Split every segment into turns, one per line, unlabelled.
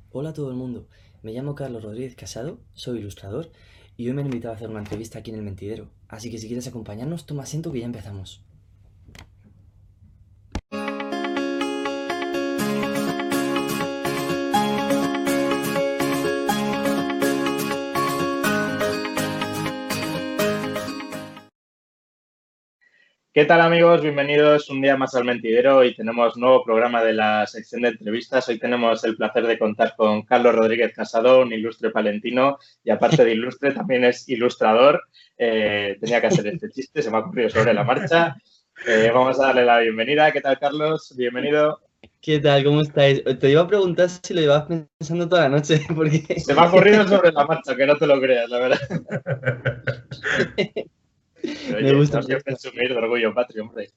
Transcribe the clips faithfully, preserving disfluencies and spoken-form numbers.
Hola a todo el mundo, me llamo Carlos Rodríguez Casado, soy ilustrador y hoy me han invitado a hacer una entrevista aquí en el Mentidero, así que si quieres acompañarnos, toma asiento que ya empezamos.
¿Qué tal amigos? Bienvenidos un día más al Mentidero. Hoy tenemos nuevo programa de la sección de entrevistas. Hoy tenemos el placer de contar con Carlos Rodríguez Casado, un ilustre palentino y aparte de ilustre también es ilustrador. Eh, tenía que hacer este chiste, se me ha ocurrido sobre la marcha. Eh, vamos a darle la bienvenida. ¿Qué tal Carlos? Bienvenido.
¿Qué tal? ¿Cómo estáis? Te iba a preguntar si lo llevabas pensando toda la noche, porque...
Se me ha ocurrido sobre la marcha, que no te lo creas, la verdad. Pero,
Me
oye,
gusta,
tenemos
me
que
gusta.
presumir de orgullo patrio, hombre.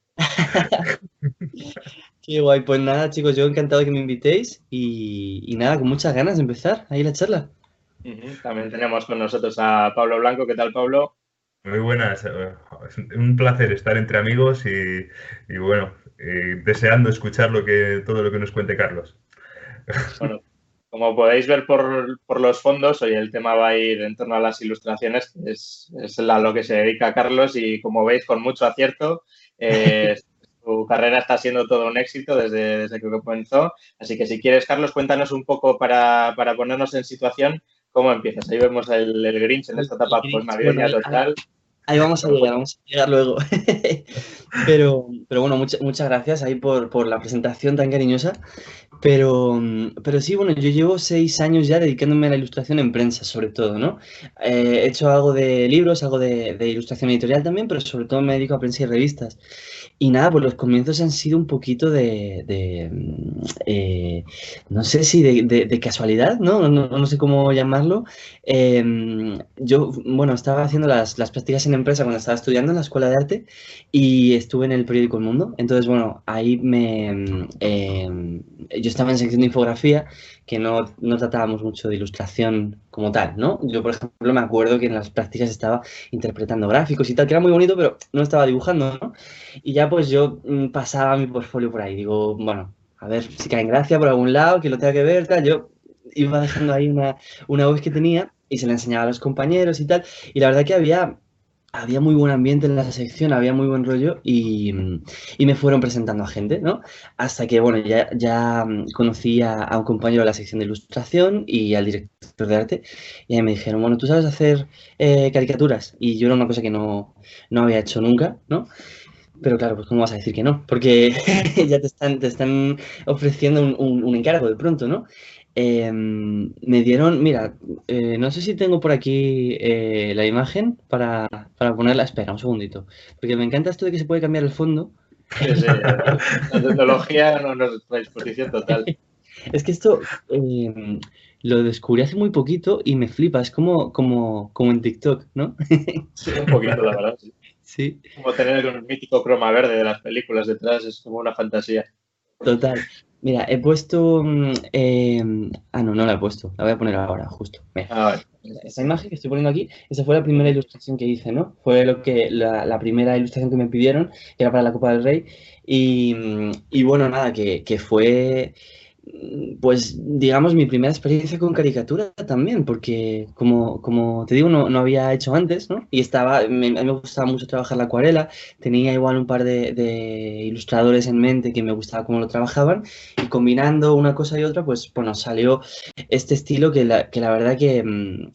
Qué guay, pues nada chicos, yo encantado de que me invitéis y, y nada, con muchas ganas de empezar ahí la charla.
Uh-huh. También tenemos con nosotros a Pablo Blanco. ¿Qué tal, Pablo?
Muy buenas. eh, Es un placer estar entre amigos y, y bueno, eh, deseando escuchar lo que, todo lo que nos cuente Carlos.
Bueno, como podéis ver por, por los fondos, hoy el tema va a ir en torno a las ilustraciones, que es, es a lo que se dedica Carlos y como veis con mucho acierto, eh, su carrera está siendo todo un éxito desde, desde que comenzó. Así que si quieres, Carlos, cuéntanos un poco para, para ponernos en situación cómo empiezas. Ahí vemos el, el Grinch en
El,
esta
el
etapa pues,
Grinch, bueno,
navideña
ahí, ahí-
total.
ahí vamos a llegar, vamos a llegar luego. Pero, pero bueno, muchas muchas gracias ahí por, por la presentación tan cariñosa. Pero, mm, pero sí, bueno, yo llevo seis años ya dedicándome a la ilustración en prensa, sobre todo, ¿no? Eh, he hecho algo de libros, algo de, de ilustración editorial también, pero sobre todo me dedico a prensa y revistas. Y nada, pues los comienzos han sido un poquito de, de, mm, eh, no sé si de, de- de casualidad, ¿no? No, no sé cómo llamarlo. Eh, yo, bueno, estaba haciendo las, las prácticas en empresa cuando estaba estudiando en la Escuela de Arte y estuve en el periódico El Mundo. Entonces, bueno, ahí me... mm, eh, yo estaba en sección de infografía, que no, no tratábamos mucho de ilustración como tal, ¿no? Yo, por ejemplo, me acuerdo que en las prácticas estaba interpretando gráficos y tal, que era muy bonito, pero no estaba dibujando, ¿no? Y ya pues yo mm, pasaba mi portfolio por ahí. Digo, bueno, a ver si cae en gracia por algún lado, que lo tenga que ver, tal. Yo iba dejando ahí una, una web que tenía y se la enseñaba a los compañeros y tal. Y la verdad que había, había muy buen ambiente en la sección, había muy buen rollo y, mm, y me fueron presentando a gente, ¿no? Hasta que, bueno, ya, ya mm, conocí a, a un compañero de la sección de ilustración y al director de arte. Y ahí me dijeron, bueno, ¿tú sabes hacer eh, caricaturas? Y yo era una cosa que no, no había hecho nunca, ¿no? Pero claro, pues ¿cómo vas a decir que no? Porque ya te están, te están ofreciendo un, un- un encargo de pronto, ¿no? Eh, me dieron, mira, eh, no sé si tengo por aquí eh, la imagen para, para ponerla. Espera, un segundito. Porque me encanta esto de que se puede cambiar el fondo.
Sí, sí, la tecnología a nuestra disposición total.
Es que esto eh, lo descubrí hace muy poquito y me flipa. Es como, como, como en TikTok, ¿no?
Sí, un poquito, la verdad. Sí.
Sí,
Como tener el mítico croma verde de las películas detrás es como una fantasía.
total. Mira, he puesto... mm, em, ah, no, no la he puesto. La voy a poner ahora, justo. Mira.
Ah, vale.
Esta imagen que estoy poniendo aquí, esa fue la primera ilustración que hice, ¿no? Fue lo que, la, la primera ilustración que me pidieron, que era para la Copa del Rey. Y, mm, y bueno, nada, que, que fue, mm, pues, digamos, mi primera experiencia con caricatura también, porque, como, como te digo, no, no había hecho antes, ¿no? Y estaba, me, a mí me gustaba mucho trabajar la acuarela, tenía igual un par de, de ilustradores en mente que me gustaba cómo lo trabajaban, y combinando una cosa y otra, pues, bueno, salió este estilo que la, que la verdad que, mm,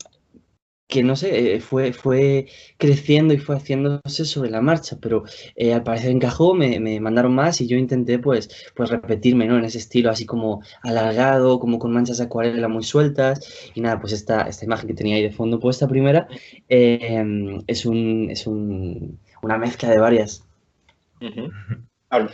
que no sé, eh, fue, fue creciendo y fue haciéndose sobre la marcha, pero eh, al parecer encajó, me, me mandaron más y yo intenté pues, pues repetirme, ¿no? En ese estilo así como alargado, como con manchas de acuarela muy sueltas y nada, pues esta, esta imagen que tenía ahí de fondo puesta primera eh, es, un, es un, una mezcla de varias.
Uh-huh. Pablo.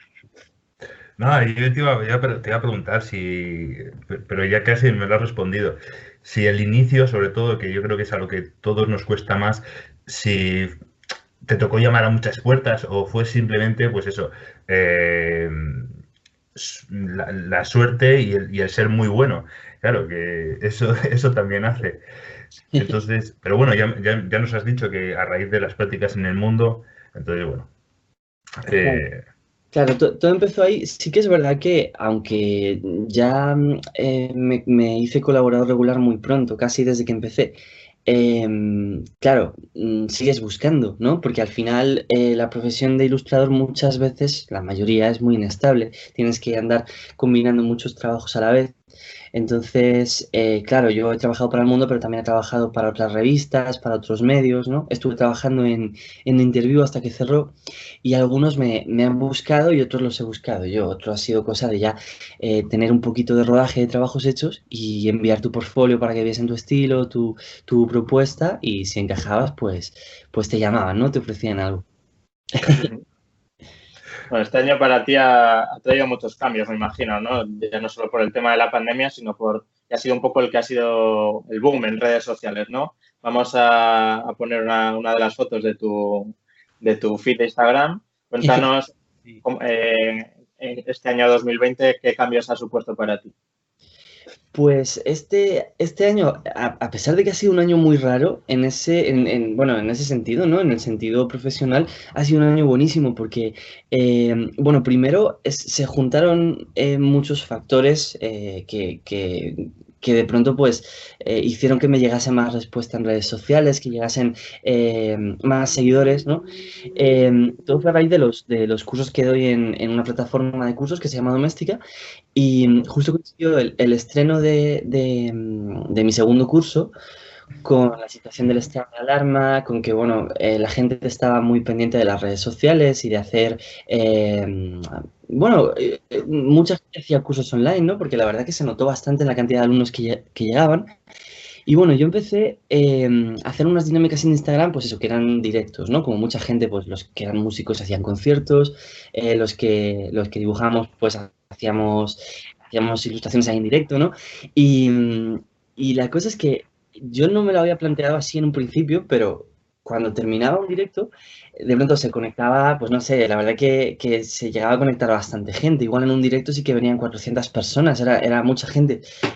Nada, yo te iba, ya te iba a preguntar si, pero ya casi me lo has respondido, si el inicio, sobre todo, que yo creo que es a lo que todos nos cuesta más, si te tocó llamar a muchas puertas o fue simplemente, pues eso, eh, la, la suerte y el, y el ser muy bueno. Claro, que eso, eso también hace. Entonces, pero bueno, ya, ya, ya nos has dicho que a raíz de las prácticas en el mundo, entonces, bueno.
Claro.
Eh,
Claro, to- todo empezó ahí. Sí que es verdad que, aunque ya mm, eh, me, me hice colaborador regular muy pronto, casi desde que empecé, em, claro, mm, sigues buscando, ¿no? Porque al final eh, la profesión de ilustrador muchas veces, la mayoría, es muy inestable. Tienes que andar combinando muchos trabajos a la vez. Entonces, eh, claro, yo he trabajado para El Mundo, pero también he trabajado para otras revistas, para otros medios, ¿no? Estuve trabajando en, en Interview hasta que cerró y algunos me, me han buscado y otros los he buscado yo. Otro ha sido cosa de ya eh, tener un poquito de rodaje de trabajos hechos y enviar tu portfolio para que viesen tu estilo, tu, tu propuesta y si encajabas, pues, pues te llamaban, ¿no? Te ofrecían algo.
Bueno, este año para ti ha, ha traído muchos cambios, me imagino, ¿no? Ya no solo por el tema de la pandemia, sino por que ha sido un poco el que ha sido el boom en redes sociales, ¿no? Vamos a, a poner una, una de las fotos de tu, de tu feed de Instagram. Cuéntanos
Sí.
cómo, eh, en este año dos mil veinte, ¿qué cambios ha supuesto para ti?
Pues este, este año, a, a pesar de que ha sido un año muy raro, en ese, en, en- bueno, en ese sentido, ¿no? En el sentido profesional, ha sido un año buenísimo porque, eh, bueno, primero es- se juntaron eh, muchos factores eh, que, que, que de pronto, pues, eh, hicieron que me llegase más respuesta en redes sociales, que llegasen eh, más seguidores, ¿no? Eh, todo fue a raíz de los, de los cursos que doy en, en una plataforma de cursos que se llama Doméstica y mm, justo coincidió el, el estreno de, de, mm, de mi segundo curso con la situación del estado de alarma, con que, bueno, eh, la gente estaba muy pendiente de las redes sociales y de hacer, eh, mm, bueno, eh, eh, mucha gente hacía cursos online, ¿no? Porque la verdad que se notó bastante en la cantidad de alumnos que, lle- que llegaban. Y bueno, yo empecé eh, a hacer unas dinámicas en Instagram, pues eso, que eran directos, ¿no? Como mucha gente, pues los que eran músicos hacían conciertos, eh, los que, los que dibujamos, pues hacíamos, hacíamos ilustraciones ahí en directo, ¿no? Y, mm, y la cosa es que yo no me lo había planteado así en un principio, pero cuando terminaba un directo, de pronto se conectaba, pues no sé, la verdad que, que se llegaba a conectar bastante gente. Igual en un directo sí que venían cuatrocientas personas, era, era mucha gente.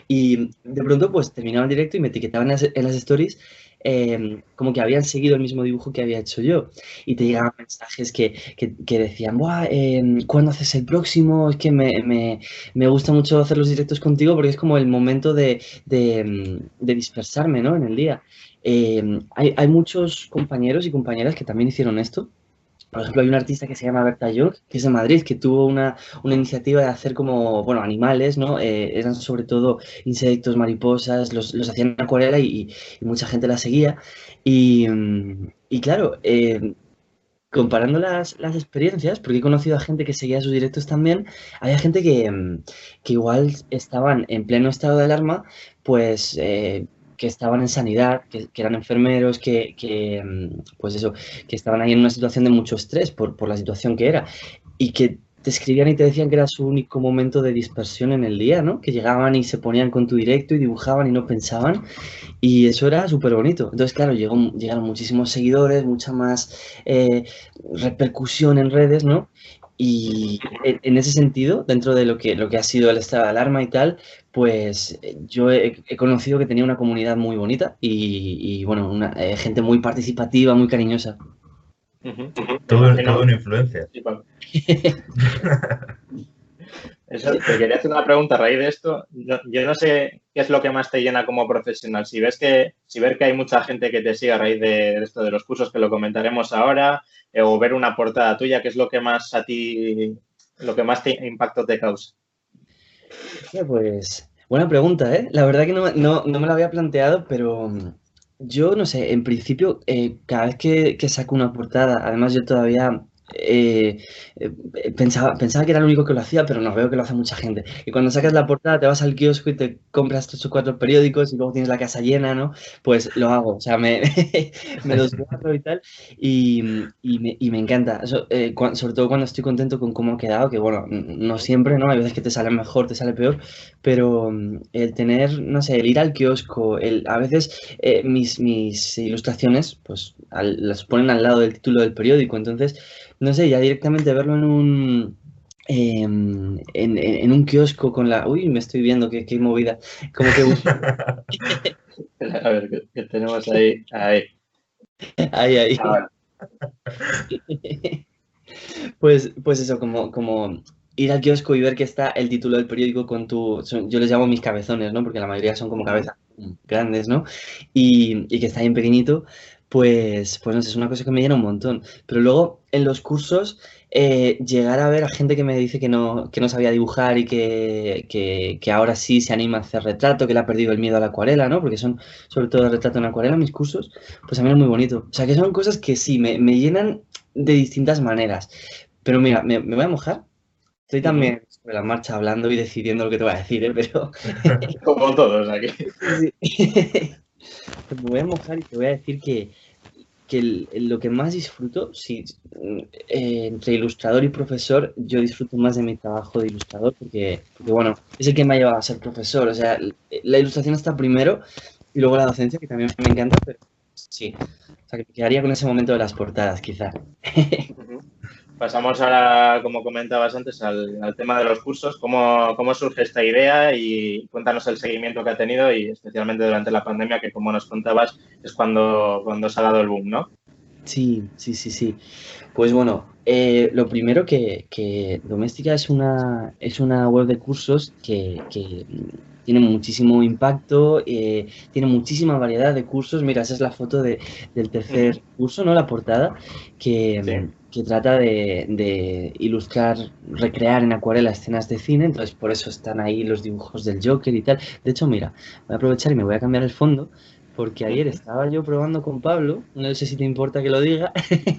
Y de pronto, pues terminaba el directo y me etiquetaban en las, en las stories eh, como que habían seguido el mismo dibujo que había hecho yo. Y te llegaban mensajes que, que, que decían, Buah, eh, ¿cuándo haces el próximo? Es que me, me, me gusta mucho hacer los directos contigo porque es como el momento de, de, de dispersarme, ¿no? En el día. Eh, hay, hay muchos compañeros y compañeras que también hicieron esto. Por ejemplo, hay un artista que se llama Berta Young, que es de Madrid, que tuvo una, una iniciativa de hacer como, bueno, animales, ¿no? Eh, eran sobre todo insectos, mariposas, los, los hacían en acuarela y, y mucha gente la seguía. Y, mm, y claro, eh, comparando las, las experiencias, porque he conocido a gente que seguía sus directos también, había gente que, mm, que igual estaban en pleno estado de alarma, pues eh, que estaban en sanidad, que, que eran enfermeros, que, que, mm, pues eso, que estaban ahí en una situación de mucho estrés por, por la situación que era, y que te escribían y te decían que era su único momento de dispersión en el día, ¿no? Que llegaban y se ponían con tu directo y dibujaban y no pensaban. Y eso era súper bonito. Entonces, claro, llegó, llegaron muchísimos seguidores, mucha más eh, repercusión en redes, ¿no? Y en, en ese sentido, dentro de lo que, lo que ha sido el estado de alarma y tal, pues eh, yo he, he conocido que tenía una comunidad muy bonita y, y, bueno, una eh, gente muy participativa, muy cariñosa.
Ujú. Me
Todo, todo
imagino.
una influencia.
Sí, Pablo. Eso, te quería hacer una pregunta a raíz de esto. No- yo no sé qué es lo que más te llena como profesional. Si ves que, si ver que hay mucha gente que te sigue a raíz de, de esto de los cursos, que lo comentaremos ahora, eh, o ver una portada tuya, ¿qué es lo que más a ti, lo que más te, impacto te causa?
Hostia, pues, buena pregunta, ¿eh? La verdad que no, me- no, no me la había planteado, pero mm, yo no sé, en principio, eh, cada vez que, que saco una portada, además yo todavía eh, eh, pensaba, pensaba que era el único que lo hacía, pero no, veo que lo hace mucha gente. Y cuando sacas la portada, te vas al kiosco y te compras tres o cuatro periódicos y luego tienes la casa llena, ¿no? Pues lo hago, o sea, me, me los guardo y tal, y, y me, y me encanta. Eso, eh, cua- sobre todo cuando estoy contento con cómo ha quedado, que bueno, n- no siempre, ¿no? Hay veces que te sale mejor, te sale peor, pero mm, el tener, no sé, el ir al kiosco, el, a veces eh, mis, mis ilustraciones, pues al- las ponen al lado del título del periódico, entonces, no sé, ya directamente verlo en un... em, en, en- en un kiosco con la... Uy, me estoy viendo, qué, qué movida. Como que...
A ver, ¿qué, qué tenemos ahí? Ahí.
Ahí, ahí.
Ah, vale.
Pues, pues eso, como, como ir al kiosco y ver que está el título del periódico con tu... son- yo les llamo mis cabezones, ¿no? Porque la mayoría son como cabezas grandes, ¿no? Y, y que está bien pequeñito, pues, pues no sé, es una cosa que me llena un montón. Pero luego, en los cursos, eh, llegar a ver a gente que me dice que no, que no sabía dibujar y que, que, que ahora sí se anima a hacer retrato, que le ha perdido el miedo a la acuarela, ¿no? Porque son sobre todo retrato en acuarela mis cursos, pues a mí es muy bonito. O sea, que son cosas que sí, me, me llenan de distintas maneras. Pero mira, me, me voy a mojar. Estoy
Ujú.
también sobre la marcha hablando y decidiendo lo que te voy a decir, ¿eh? Pero
Como todos aquí.
sí. Me voy a mojar y te voy a decir que, que el- el- lo que más disfruto, sí, eh, entre ilustrador y profesor, yo disfruto más de mi trabajo de ilustrador porque, porque, bueno, es el que me ha llevado a ser profesor. O sea, l- la ilustración está primero y luego la docencia, que también me encanta, pero sí. O sea, que me quedaría con ese momento de las portadas, quizá.
Ujú. Pasamos ahora, como comentabas antes, al, al tema de los cursos. ¿Cómo, cómo surge esta idea? Y cuéntanos el seguimiento que ha tenido y especialmente durante la pandemia, que como nos contabas, es cuando, cuando se ha dado el boom, ¿no?
Sí, sí, sí, sí. Pues bueno, eh, lo primero que, que Doméstica es una, es una web de cursos que, que, mm, tiene muchísimo impacto, eh, tiene muchísima variedad de cursos. Mira, esa es la foto de- del
Ujú.
tercer curso, ¿no? La portada, que,
Sí.
mm, que trata de, de ilustrar, recrear en acuarela escenas de cine, entonces por eso están ahí los dibujos del Joker y tal. De hecho, mira, voy a aprovechar y me voy a cambiar el fondo. Porque ayer
Ujú.
estaba yo probando con Pablo, no sé si te importa que lo diga,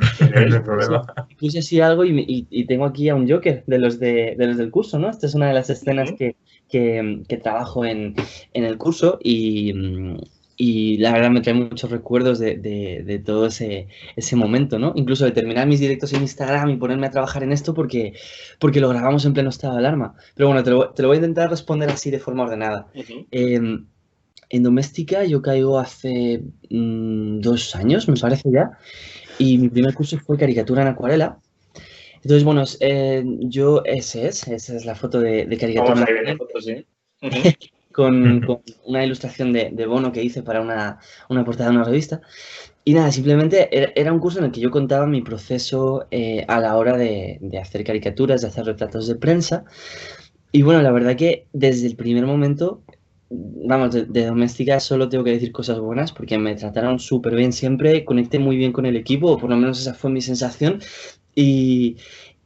No
y
hay
puse,
problema.
y puse así algo y, me- y- y tengo aquí a un Joker de los, de, de los del curso, ¿no? Esta es una de las escenas
Ujú.
que, que, que trabajo en, en el curso y, mm, y la verdad me trae muchos recuerdos de, de- de todo ese, ese momento, ¿no? Incluso de terminar mis directos en Instagram y ponerme a trabajar en esto porque, porque lo grabamos en pleno estado de alarma. Pero bueno, te lo, te lo voy a intentar responder así de forma ordenada.
Ujú.
Em, en Doméstica yo caigo hace mm, dos años, me parece ya, y mi primer curso fue caricatura en acuarela. Entonces, bueno, es, eh, yo ese es, esa es la foto de, de caricatura
Vamos
en
ahí viendo
acuarela,
fotos, sí. Ujú.
con, con una ilustración de, de Bono que hice para una, una portada de una revista. Y nada, simplemente era, era un curso en el que yo contaba mi proceso eh, a la hora de, de hacer caricaturas, de hacer retratos de prensa. Y bueno, la verdad que desde el primer momento, vamos, de, de Doméstica solo tengo que decir cosas buenas porque me trataron súper bien siempre, conecté muy bien con el equipo, o por lo menos esa fue mi sensación. Y,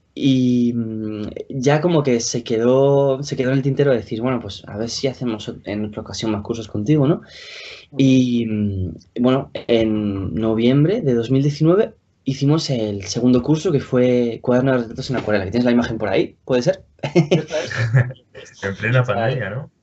y mm, ya como que se quedó, se quedó en el tintero de decir, bueno, pues a ver si hacemos en otra ocasión más cursos contigo, ¿no?
Ujú.
Y mm, bueno, en noviembre de dos mil diecinueve hicimos el segundo curso que fue Cuaderno de retratos en acuarela, que tienes la imagen por ahí, ¿puede ser?
Esta es.
En plena
Está ahí.
pandemia, ¿no?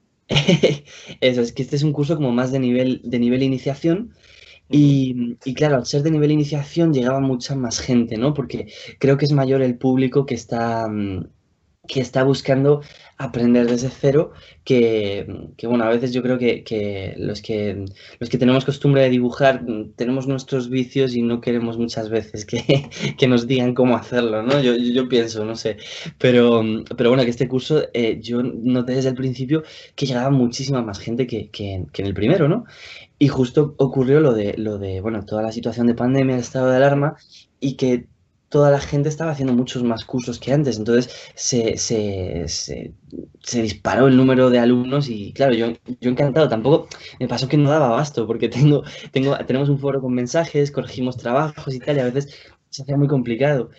Eso, es que este es un curso como más de nivel, de nivel iniciación
Ujú.
y, y claro, al ser de nivel iniciación llegaba mucha más gente, ¿no? Porque creo que es mayor el público que está, mm, que está buscando aprender desde cero, que, que, bueno, a veces yo creo que, que los que los que tenemos costumbre de dibujar mm, tenemos nuestros vicios y no queremos muchas veces que, que nos digan cómo hacerlo, ¿no? Yo, yo, yo pienso, no sé. Pero, mm, pero bueno, que este curso eh, yo noté desde el principio que llegaba muchísima más gente que, que, que en el primero, ¿no? Y justo ocurrió lo de, lo de, bueno, toda la situación de pandemia, el estado de alarma, y que toda la gente estaba haciendo muchos más cursos que antes. Entonces se, se, se, se disparó el número de alumnos y claro, yo, yo encantado. Tampoco me pasó que no daba abasto, porque tengo, tengo, tenemos un foro con mensajes, corregimos trabajos y tal, y a veces se hacía muy complicado.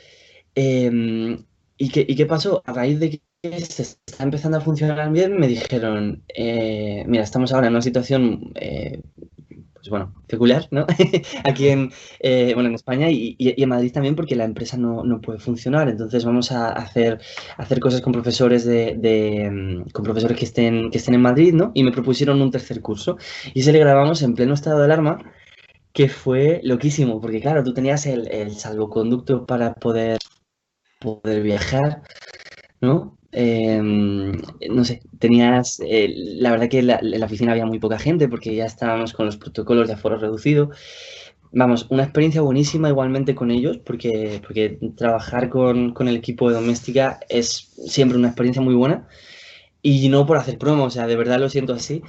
Eh, ¿y qué, y qué pasó? A raíz de que se está empezando a funcionar bien, me dijeron, eh, mira, estamos ahora en una situación, eh, pues bueno, peculiar, ¿no? Aquí en, eh, bueno, en España y, y- y en Madrid también, porque la empresa no, no puede funcionar. Entonces vamos a hacer, hacer cosas con profesores de, de, mm, con profesores que estén, que estén en Madrid, ¿no? Y me propusieron un tercer curso. Y se le grabamos en pleno estado de alarma, que fue loquísimo, porque claro, tú tenías el, el salvoconducto para poder poder viajar, ¿no? Eh, no sé, tenías, eh, la verdad que la- en la oficina había muy poca gente porque ya estábamos con los protocolos de aforo reducido. Vamos, una experiencia buenísima igualmente con ellos porque, porque trabajar con, con el equipo de doméstica es siempre una experiencia muy buena. Y no por hacer promo, o sea, de verdad lo siento así.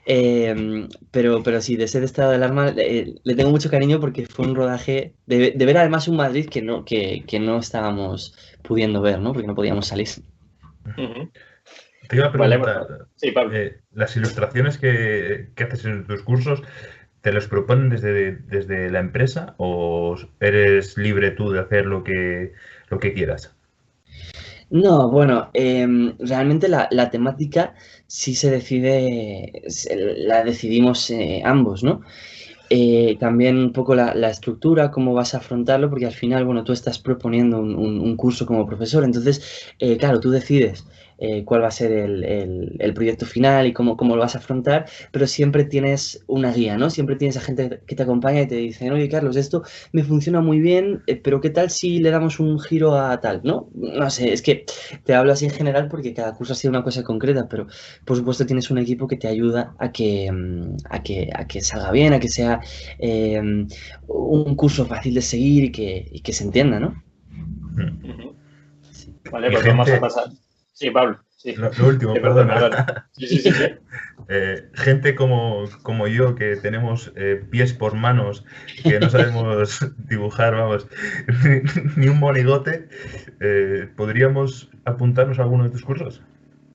Eh, pero, pero sí, de ese estado de alarma eh, le tengo mucho cariño porque fue un rodaje de, de ver además un Madrid que no, que, que no estábamos pudiendo ver, ¿no? Porque no podíamos salir.
Uh-huh.
Te iba a
Vale,
preguntar,
bueno. Sí, Pablo.
eh, las ilustraciones que, que haces en tus cursos, ¿te las proponen desde, desde la empresa o eres libre tú de hacer lo que, lo que quieras?
No, bueno, em, realmente la, la temática sí se decide, se- la decidimos eh, ambos, ¿no? Eh, también un poco la, la estructura, cómo vas a afrontarlo, porque al final, bueno, tú estás proponiendo un, un- un curso como profesor, entonces, eh, claro, tú decides eh, cuál va a ser el, el- el proyecto final y cómo, cómo lo vas a afrontar, pero siempre tienes una guía, ¿no? Siempre tienes a gente que te acompaña y te dicen, oye, Carlos, esto me funciona muy bien, eh, pero ¿qué tal si le damos un giro a tal, ¿no? No sé, es que te hablo así en general porque cada curso ha sido una cosa concreta, pero por supuesto tienes un equipo que te ayuda a que, mm, a que, a que salga bien, a que sea eh, un curso fácil de seguir y que, y que se entienda, ¿no?
Uh-huh.
Sí.
Vale,
Y
pues vamos a
gente,
pasar. Sí, Pablo, sí.
lo, lo último,
Perdón, perdón.
perdona.
Sí, sí, sí, sí.
Eh, gente como, como yo que tenemos eh, pies por manos, que no sabemos dibujar, vamos, ni, ni un monigote, eh, ¿podríamos apuntarnos a alguno de tus cursos?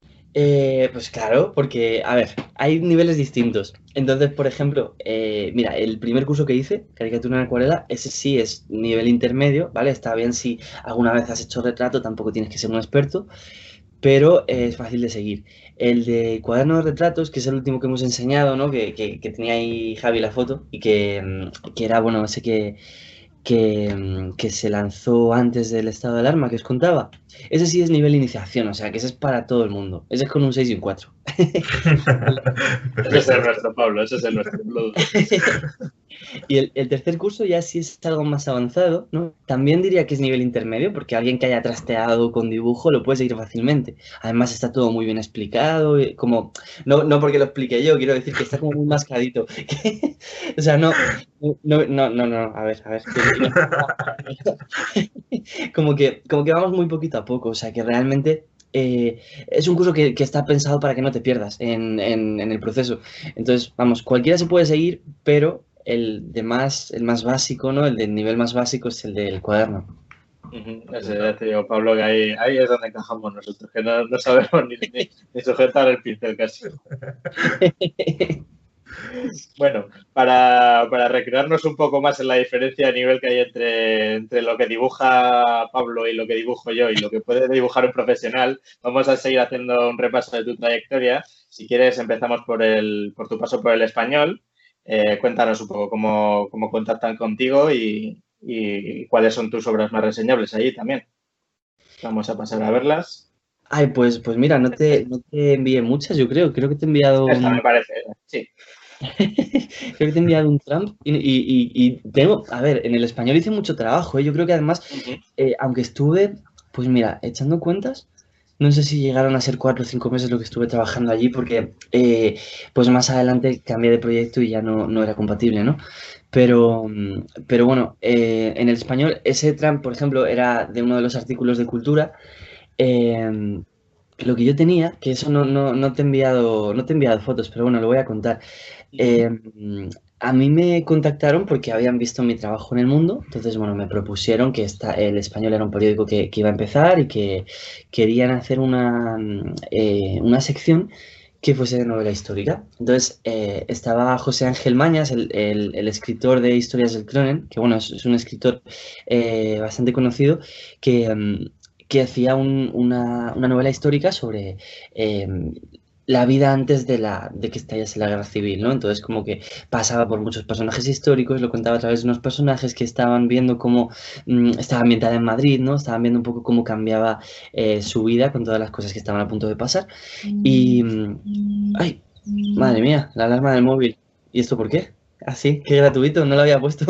Eh, pues claro, porque, a ver, hay niveles distintos. Entonces, por ejemplo, eh, mira, el primer curso que hice, caricatura en acuarela, ese sí es nivel intermedio, ¿vale? Está bien si alguna vez has hecho retrato, tampoco tienes que ser un experto, pero eh, es fácil de seguir. El de cuaderno de retratos, que es el último que hemos enseñado, ¿no? Que, que- que tenía ahí Javi la foto y que, mm, que era, bueno, ese que, que, mm, que se lanzó antes del estado de alarma que os contaba. Ese sí es nivel iniciación, o sea, que ese es para todo el mundo. Ese es con un seis y un cuatro.
Ese es el
Perfecto.
nuestro, Pablo, ese es el nuestro, no lo dudes.
Y el, el tercer curso ya sí es algo más avanzado, ¿no? También diría que es nivel intermedio, porque alguien que haya trasteado con dibujo lo puede seguir fácilmente. Además está todo muy bien explicado, y como, no, no porque lo explique yo, quiero decir que está como muy mascadito. O sea, no, no, no, no, no, a ver, a ver, que no- como que, como que vamos muy poquito a poco, o sea, que realmente eh, es un curso que, que está pensado para que no te pierdas en, en- en el proceso. Entonces, vamos, cualquiera se puede seguir, pero el de más, el más básico, ¿no? El del nivel más básico es el del cuaderno.
Uh-huh. Ese, ya te digo, Pablo, que ahí, ahí es donde encajamos nosotros, que no, no sabemos ni, ni, ni sujetar el pincel casi. Bueno, para, para recrearnos un poco más en la diferencia a nivel que hay entre, entre lo que dibuja Pablo y lo que dibujo yo y lo que puede dibujar un profesional, vamos a seguir haciendo un repaso de tu trayectoria. Si quieres, empezamos por, el, por tu paso por el español. Eh, cuéntanos un poco cómo, cómo contactan contigo y, y cuáles son tus obras más reseñables allí también. Vamos a pasar a verlas.
Ay, pues, pues mira, no te, no te envié muchas, yo creo. Creo que te he enviado
Esta
un.
me parece, sí.
Creo que te he enviado un Trump y, y- y- y tengo, a ver, en el español hice mucho trabajo, ¿eh? Yo creo que además,
Uh-huh.
eh, aunque estuve, pues mira, echando cuentas, no sé si llegaron a ser cuatro o cinco meses lo que estuve trabajando allí, porque eh, pues más adelante cambié de proyecto y ya no, no era compatible, ¿no? Pero, mm, pero bueno, eh, en el español, ese Trump, por ejemplo, era de uno de los artículos de cultura. eh, lo que yo tenía, que eso no, no, no te he enviado, no te he enviado fotos, pero bueno, lo voy a contar.
Uh-huh.
Eh, a mí me contactaron porque habían visto mi trabajo en El Mundo, entonces, bueno, me propusieron que esta, El Español era un periódico que, que iba a empezar y que querían hacer una, mm, eh, una sección que fuese de novela histórica. Entonces, eh, estaba José Ángel Mañas, el, el- el escritor de Historias del Cronen, que, bueno, es, es un escritor eh, bastante conocido, que, mm, que hacía un- una, una novela histórica sobre... em, la vida antes de, la, de que estallase la guerra civil, ¿no? Entonces, como que pasaba por muchos personajes históricos, lo contaba a través de unos personajes que estaban viendo cómo mm, estaba ambientada en Madrid, ¿no? Estaban viendo un poco cómo cambiaba eh, su vida con todas las cosas que estaban a punto de pasar. Y. mm, ¡Ay! Madre mía, la alarma del móvil. ¿Y esto por qué? Así, qué gratuito, no lo había puesto.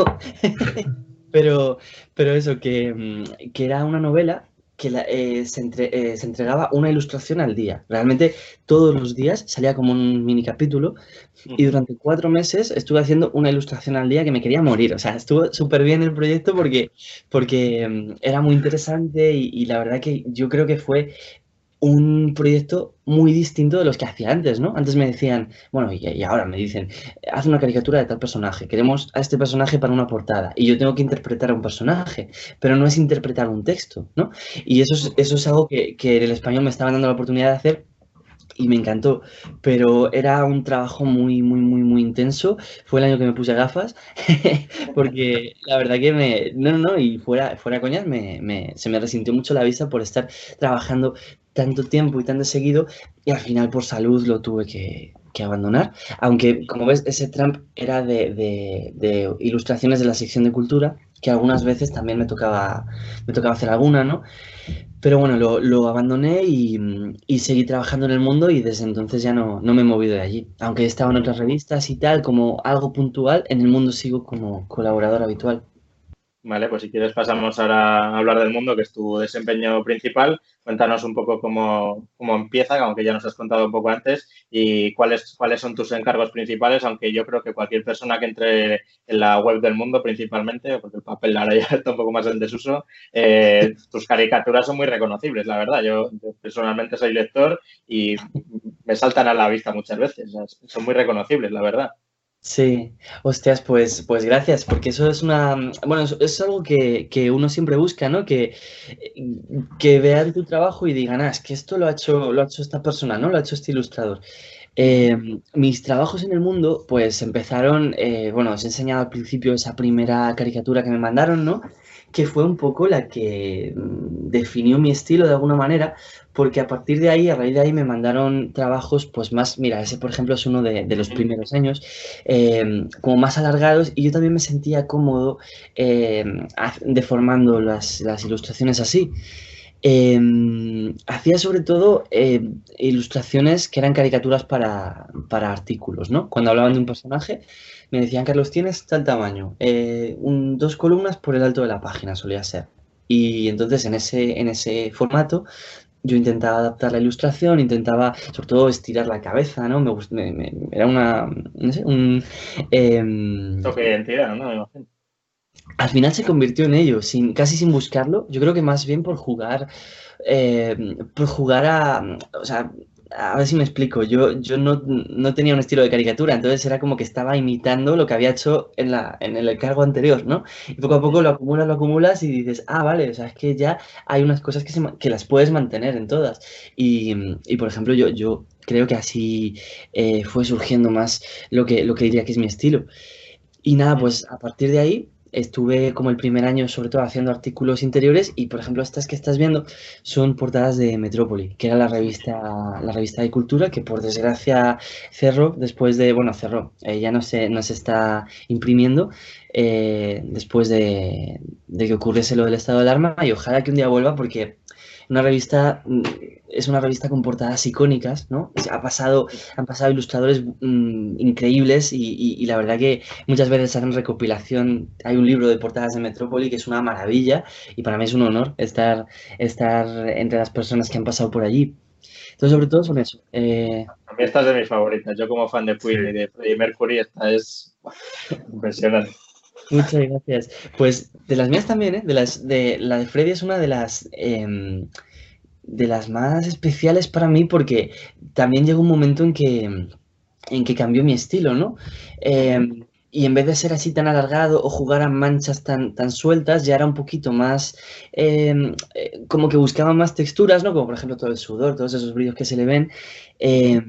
Pero, pero eso, que, mm, que era una novela que la- eh, se, entre- eh, se entregaba una ilustración al día. Realmente todos los días salía como un mini capítulo y
Uh-huh.
durante cuatro meses estuve haciendo una ilustración al día que me quería morir. O sea, estuvo súper bien el proyecto porque, porque mm, era muy interesante y, y la verdad que yo creo que fue un proyecto muy distinto de los que hacía antes, ¿no? Antes me decían, bueno, y, y ahora me dicen, haz una caricatura de tal personaje, queremos a este personaje para una portada, y yo tengo que interpretar a un personaje, pero no es interpretar un texto, ¿no? Y eso es, eso es algo que, que en el español me estaban dando la oportunidad de hacer, y me encantó, pero era un trabajo muy, muy, muy, muy intenso. Fue el año que me puse gafas, porque la verdad que me... No, no, no, y fuera, fuera coñas, me, me- se me resintió mucho la vista por estar trabajando tanto tiempo y tan de seguido, y al final por salud lo tuve que, que abandonar. Aunque, como ves, ese Trump era de, de- de ilustraciones de la sección de cultura, que algunas veces también me tocaba, me tocaba hacer alguna, ¿no? Pero bueno, lo, lo abandoné y, y seguí trabajando en el mundo y desde entonces ya no, no me he movido de allí. Aunque he estado en otras revistas y tal, como algo puntual, en el mundo sigo como colaborador habitual.
Vale, pues si quieres pasamos ahora a hablar del mundo, que es tu desempeño principal. Cuéntanos un poco cómo, cómo empieza, aunque ya nos has contado un poco antes, y cuáles, cuáles son tus encargos principales, aunque yo creo que cualquier persona que entre en la web del mundo principalmente, porque el papel ahora ya está un poco más en desuso, eh, tus caricaturas son muy reconocibles, la verdad. Yo, yo personalmente soy lector y me saltan a la vista muchas veces. O sea, son muy reconocibles, la verdad.
Sí, hostias, pues, pues gracias, porque eso es una, bueno, es, es algo que, que uno siempre busca, ¿no? Que, que vean tu trabajo y digan, ah, es que esto lo ha hecho, lo ha hecho esta persona, ¿no? Lo ha hecho este ilustrador. Eh, mis trabajos en el mundo, pues empezaron, eh, bueno, os he enseñado al principio esa primera caricatura que me mandaron, ¿no? Que fue un poco la que mm, definió mi estilo de alguna manera, porque a partir de ahí, a raíz de ahí me mandaron trabajos, pues más, mira, ese por ejemplo es uno de, de los primeros años, eh, como más alargados, y yo también me sentía cómodo eh, haz- deformando las, las ilustraciones así. Eh, hacía sobre todo eh, ilustraciones que eran caricaturas para, para artículos, ¿no? Cuando hablaban de un personaje, me decían, Carlos, tienes tal tamaño, eh, un- dos columnas por el alto de la página, solía ser. Y entonces en ese, en ese formato yo intentaba adaptar la ilustración, intentaba sobre todo estirar la cabeza, ¿no? Me, gust- me- me- era una, no sé, un... em,
Toque de identidad, ¿no? Me imagino.
al final se convirtió en ello, sin, casi sin buscarlo. Yo creo que más bien por jugar, eh, por jugar a, o sea, a ver si me explico. Yo, yo no, no tenía un estilo de caricatura, entonces era como que estaba imitando lo que había hecho en la, en el cargo anterior, ¿no? Y poco a poco lo acumulas, lo acumulas y dices, ah, vale, o sea, es que ya hay unas cosas que, se ma- que las puedes mantener en todas. Y, y, por ejemplo, yo, yo creo que así eh, fue surgiendo más lo que, lo que diría que es mi estilo. Y nada, pues a partir de ahí estuve como el primer año sobre todo haciendo artículos interiores y por ejemplo estas que estás viendo son portadas de Metrópoli, que era la revista, la revista de cultura que por desgracia cerró después de, bueno, cerró, eh, ya no se, no se está imprimiendo eh, después de, de que ocurriese lo del estado de alarma y ojalá que un día vuelva porque una revista mm, es una revista con portadas icónicas, ¿no? Ha pasado, han pasado ilustradores mm, increíbles y, y- y la verdad que muchas veces hacen recopilación. Hay un libro de portadas de Metrópoli que es una maravilla y para mí es un honor estar, estar entre las personas que han pasado por allí. Entonces, sobre todo son eso. Eh,
A mí esta es de mis favoritas. Yo como fan de
Sí.
Queen y de Freddie Mercury, esta es buah, impresionante.
muchas gracias. Pues de las mías también, ¿eh? De las, de, la de Freddy es una de las, em, de las más especiales para mí porque también llegó un momento en que en que cambió mi estilo, ¿no? Eh, y en vez de ser así tan alargado o jugar a manchas tan, tan sueltas, ya era un poquito más, eh, eh, como que buscaba más texturas, ¿no? Como por ejemplo todo el sudor, todos esos brillos que se le ven. Eh,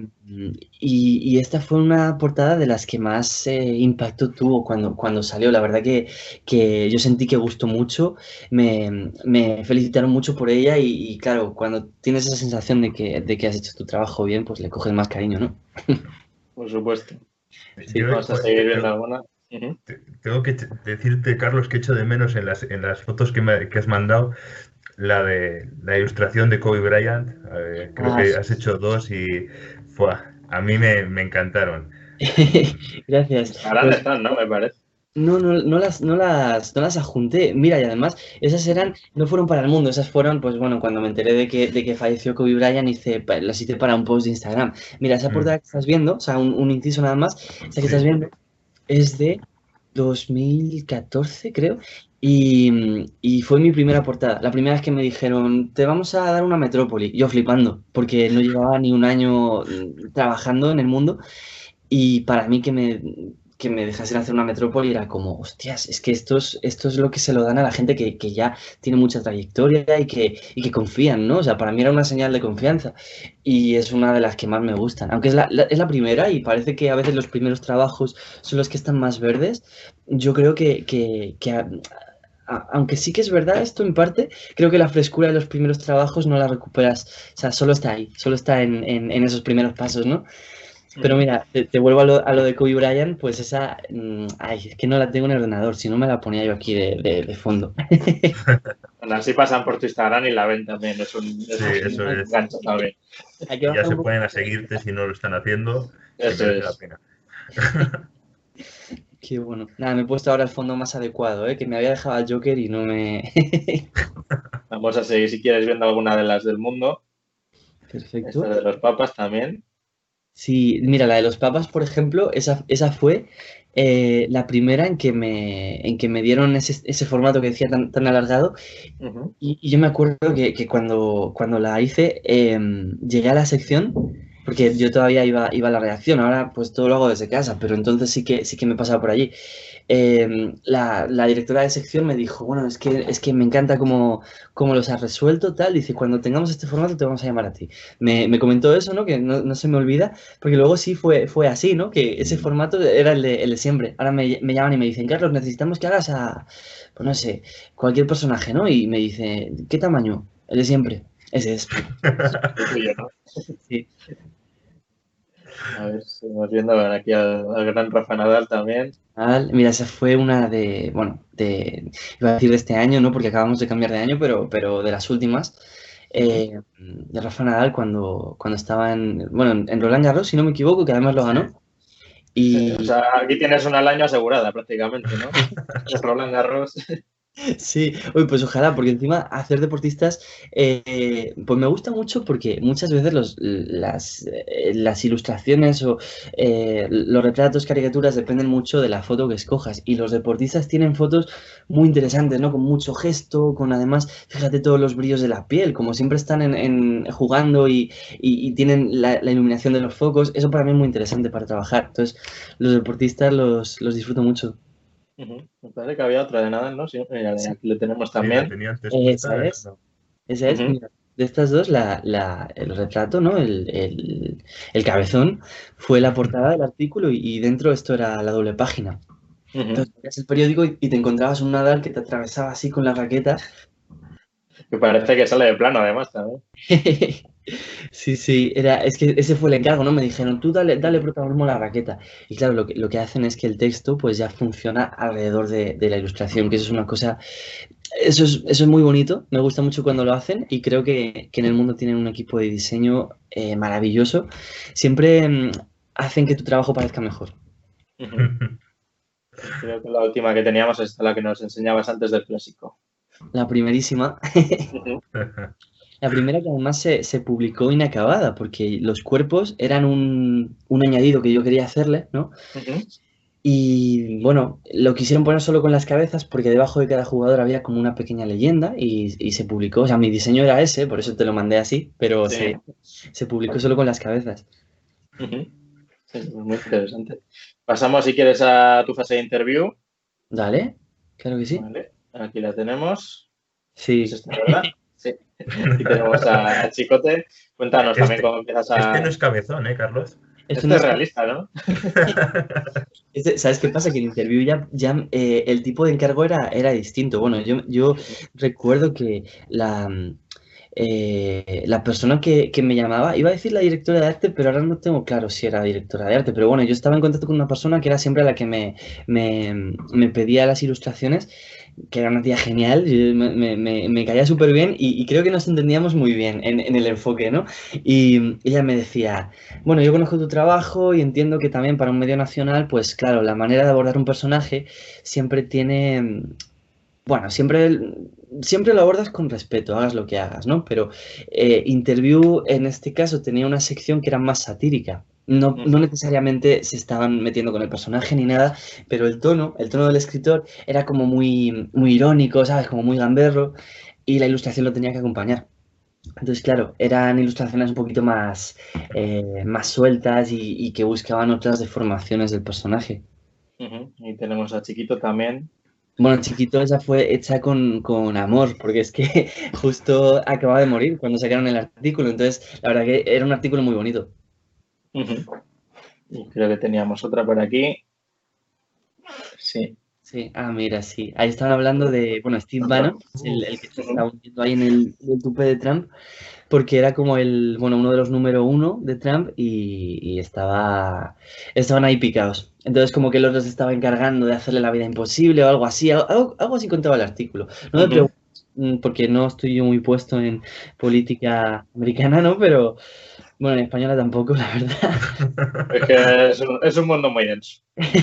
y, y esta fue una portada de las que más eh, impacto tuvo cuando, cuando salió. La verdad que, que yo sentí que gustó mucho, me, me felicitaron mucho por ella y, y claro, cuando tienes esa sensación de que, de que has hecho tu trabajo bien, pues le coges más cariño, ¿no?
Por supuesto. Sí,
Yo
vamos a
pues, te-
seguir
te-
viendo alguna. Ujú.
te- tengo que ch- decirte, Carlos, que echo de menos en las, en las fotos que, me- que has mandado la de la ilustración de Kobe Bryant. Eh, creo
Ah,
que has hecho dos y fue, a mí me, me encantaron.
gracias.
Está grande
Pues
están, ¿no? Me parece.
no, no, no las, no las, no las adjunté. Mira, y además, esas eran, no fueron para el mundo, esas fueron, pues bueno, cuando me enteré de que, de que falleció Kobe Bryant, hice, pa- las hice para un post de Instagram. Mira, esa
Mm,
portada que estás viendo, o sea, un, un inciso nada más, esa que estás
sí.
viendo, es de dos mil catorce, creo, y, y fue mi primera portada. La primera vez que me dijeron, te vamos a dar una metrópoli. Yo flipando, porque no llevaba ni un año mm, trabajando en el mundo. Y para mí que me, que me dejasen hacer una metrópoli era como, hostias, es que esto es, esto es lo que se lo dan a la gente que, que ya tiene mucha trayectoria y que, y que confían, ¿no? O sea, para mí era una señal de confianza y es una de las que más me gustan. Aunque es la, la- es la primera y parece que a veces los primeros trabajos son los que están más verdes, yo creo que, que, que a- a- aunque sí que es verdad esto en parte, creo que la frescura de los primeros trabajos no la recuperas, o sea, solo está ahí, solo está en, en, en esos primeros pasos, ¿no? Pero mira, te, te vuelvo a lo, a lo de Kobe Bryant, pues esa, mm, ay, es que no la tengo en el ordenador, si no me la ponía yo aquí de, de- de fondo.
Bueno, así pasan por tu Instagram y la ven también. Es un, es
Sí, eso
un
es.
gancho también.
Hay que
Y ya
bajar un
se
poco.
pueden a seguirte si no lo están haciendo, que
Eso
merece la
es.
pena.
Qué bueno. Nada, me he puesto ahora el fondo más adecuado, ¿eh? Que me había dejado al Joker y no me...
Vamos a seguir si quieres viendo alguna de las del mundo. Esta
Perfecto.
de los papas también.
Sí, mira, la de los papas, por ejemplo, esa, esa fue eh, la primera en que me, en que me dieron ese, ese formato que decía tan, tan alargado.
Ujú.
Y, y yo me acuerdo que, que cuando, cuando la hice, em, llegué a la sección, porque yo todavía iba, iba a la redacción, ahora pues todo lo hago desde casa, pero entonces sí que, sí que me pasaba por allí. Em, la, la directora de sección me dijo, bueno, es que, es que me encanta cómo, cómo los has resuelto, tal, dice, cuando tengamos este formato te vamos a llamar a ti. Me, me comentó eso, ¿no? Que no, no se me olvida, porque luego sí fue, fue así, ¿no? Que ese formato era el de, el de siempre. Ahora me, me llaman y me dicen, Carlos, necesitamos que hagas a, pues no sé, cualquier personaje, ¿no? Y me dice, ¿qué tamaño? El de siempre. Ese es.
El tuyo, ¿no?
Sí.
A ver, seguimos viendo a ver, aquí al, al gran Rafa Nadal también.
Al- Mira, esa fue una de, bueno, de, iba a decir de este año, ¿no? Porque acabamos de cambiar de año, pero, pero de las últimas.
Ujú.
eh, de Rafa Nadal cuando, cuando estaba en, bueno, en, en Roland Garros, si no me equivoco, que además lo
Sí.
ganó.
Sí, o
Y
sea, aquí tienes una al año asegurada prácticamente, ¿no? Roland Garros.
sí, uy, pues ojalá, porque encima hacer deportistas, eh, pues me gusta mucho porque muchas veces los, las, eh, las ilustraciones o eh, los retratos, caricaturas dependen mucho de la foto que escojas y los deportistas tienen fotos muy interesantes, ¿no? Con mucho gesto, con además, fíjate todos los brillos de la piel, como siempre están en, en- jugando y, y- y tienen la, la iluminación de los focos, eso para mí es muy interesante para trabajar, entonces los deportistas los, los disfruto mucho.
Ujú. Me parece que había otra de Nadal, ¿no? Sí, mira,
Sí,
aquí lo tenemos
Sí, la
también.
tenía antes
esa
puesta.
es.
No.
Esa es,
Ujú.
mira, de estas dos, la, la- el retrato, ¿no? El, el- el cabezón fue la portada del artículo y, y dentro esto era la doble página.
Ujú.
Entonces, leías el periódico y, y te encontrabas un Nadal que te atravesaba así con la raqueta.
Que parece que sale de plano, además, también.
Sí, sí, era, es que ese fue el encargo, ¿no? Me dijeron, tú dale, dale
Ujú.
protagonismo a la raqueta. Y claro, lo que, lo que hacen es que el texto pues ya funciona alrededor de, de la ilustración, que eso es una cosa, eso es, eso es muy bonito, me gusta mucho cuando lo hacen y creo que, que en el mundo tienen un equipo de diseño eh, maravilloso. Siempre mm, hacen que tu trabajo parezca mejor.
Ujú. Creo que la última que teníamos es la que nos enseñabas antes del clásico.
La primerísima,
Ujú.
la primera que además se, se publicó inacabada, porque los cuerpos eran un, un añadido que yo quería hacerle, ¿no?
Ujú.
Y bueno, lo quisieron poner solo con las cabezas porque debajo de cada jugador había como una pequeña leyenda y, y se publicó, o sea, mi diseño era ese, por eso te lo mandé así, pero
Sí.
se, se publicó solo con las cabezas.
Ujú. Sí, pues muy interesante. Pasamos, si quieres, a tu fase de interview.
Dale, claro que sí.
Vale, aquí la tenemos. Es
Sí.
esta, ¿verdad? Sí. Aquí tenemos a, a Chicote. Cuéntanos también
Este,
cómo empiezas
este no
a...
es cabezón, ¿eh, Carlos?
Esto
Este
no
es
es...
realista, ¿no?
este- ¿sabes qué pasa? Que el interview ya, ya eh, el tipo de encargo era, era distinto. Bueno, yo, yo
Ujú.
recuerdo que la, mm, eh, la persona que, que me llamaba, iba a decir la directora de arte, pero ahora no tengo claro si era directora de arte. Pero bueno, yo estaba en contacto con una persona que era siempre la que me, me, me pedía las ilustraciones, que era una tía genial, yo- me, me- me- me caía súper bien y, y creo que nos entendíamos muy bien en, en el enfoque, ¿no? Y ella me decía, bueno, yo conozco tu trabajo y entiendo que también para un medio nacional, pues claro, la manera de abordar un personaje siempre tiene, bueno, siempre, siempre lo abordas con respeto, hagas lo que hagas, ¿no? Pero eh, Interview en este caso tenía una sección que era más satírica. No, no necesariamente se estaban metiendo con el personaje ni nada, pero el tono, el tono del escritor era como muy, muy irónico, ¿sabes? Como muy gamberro, y la ilustración lo tenía que acompañar. Entonces, claro, eran ilustraciones un poquito más, eh, más sueltas y, y que buscaban otras deformaciones del personaje.
Uh-huh. Y tenemos a Chiquito también.
Bueno, Chiquito, esa fue hecha con, con amor, porque es que justo acababa de morir cuando sacaron el artículo, entonces la verdad que era un artículo muy bonito.
Uh-huh. Y creo que teníamos otra por aquí. Sí.
Sí, ah, mira, sí. Ahí estaban hablando de, bueno, Steve Bannon, el, el que se está hundiendo ahí en el, en el tupe de Trump, porque era como el, bueno, uno de los número uno de Trump y, y estaba, estaban ahí picados. Entonces como que el otro se estaba encargando de hacerle la vida imposible o algo así, algo, algo así contaba el artículo. No me
Uh-huh.
preguntes, porque no estoy yo muy puesto en política americana, ¿no? Pero, bueno, en española tampoco, la verdad.
Es que es un, es un mundo muy denso.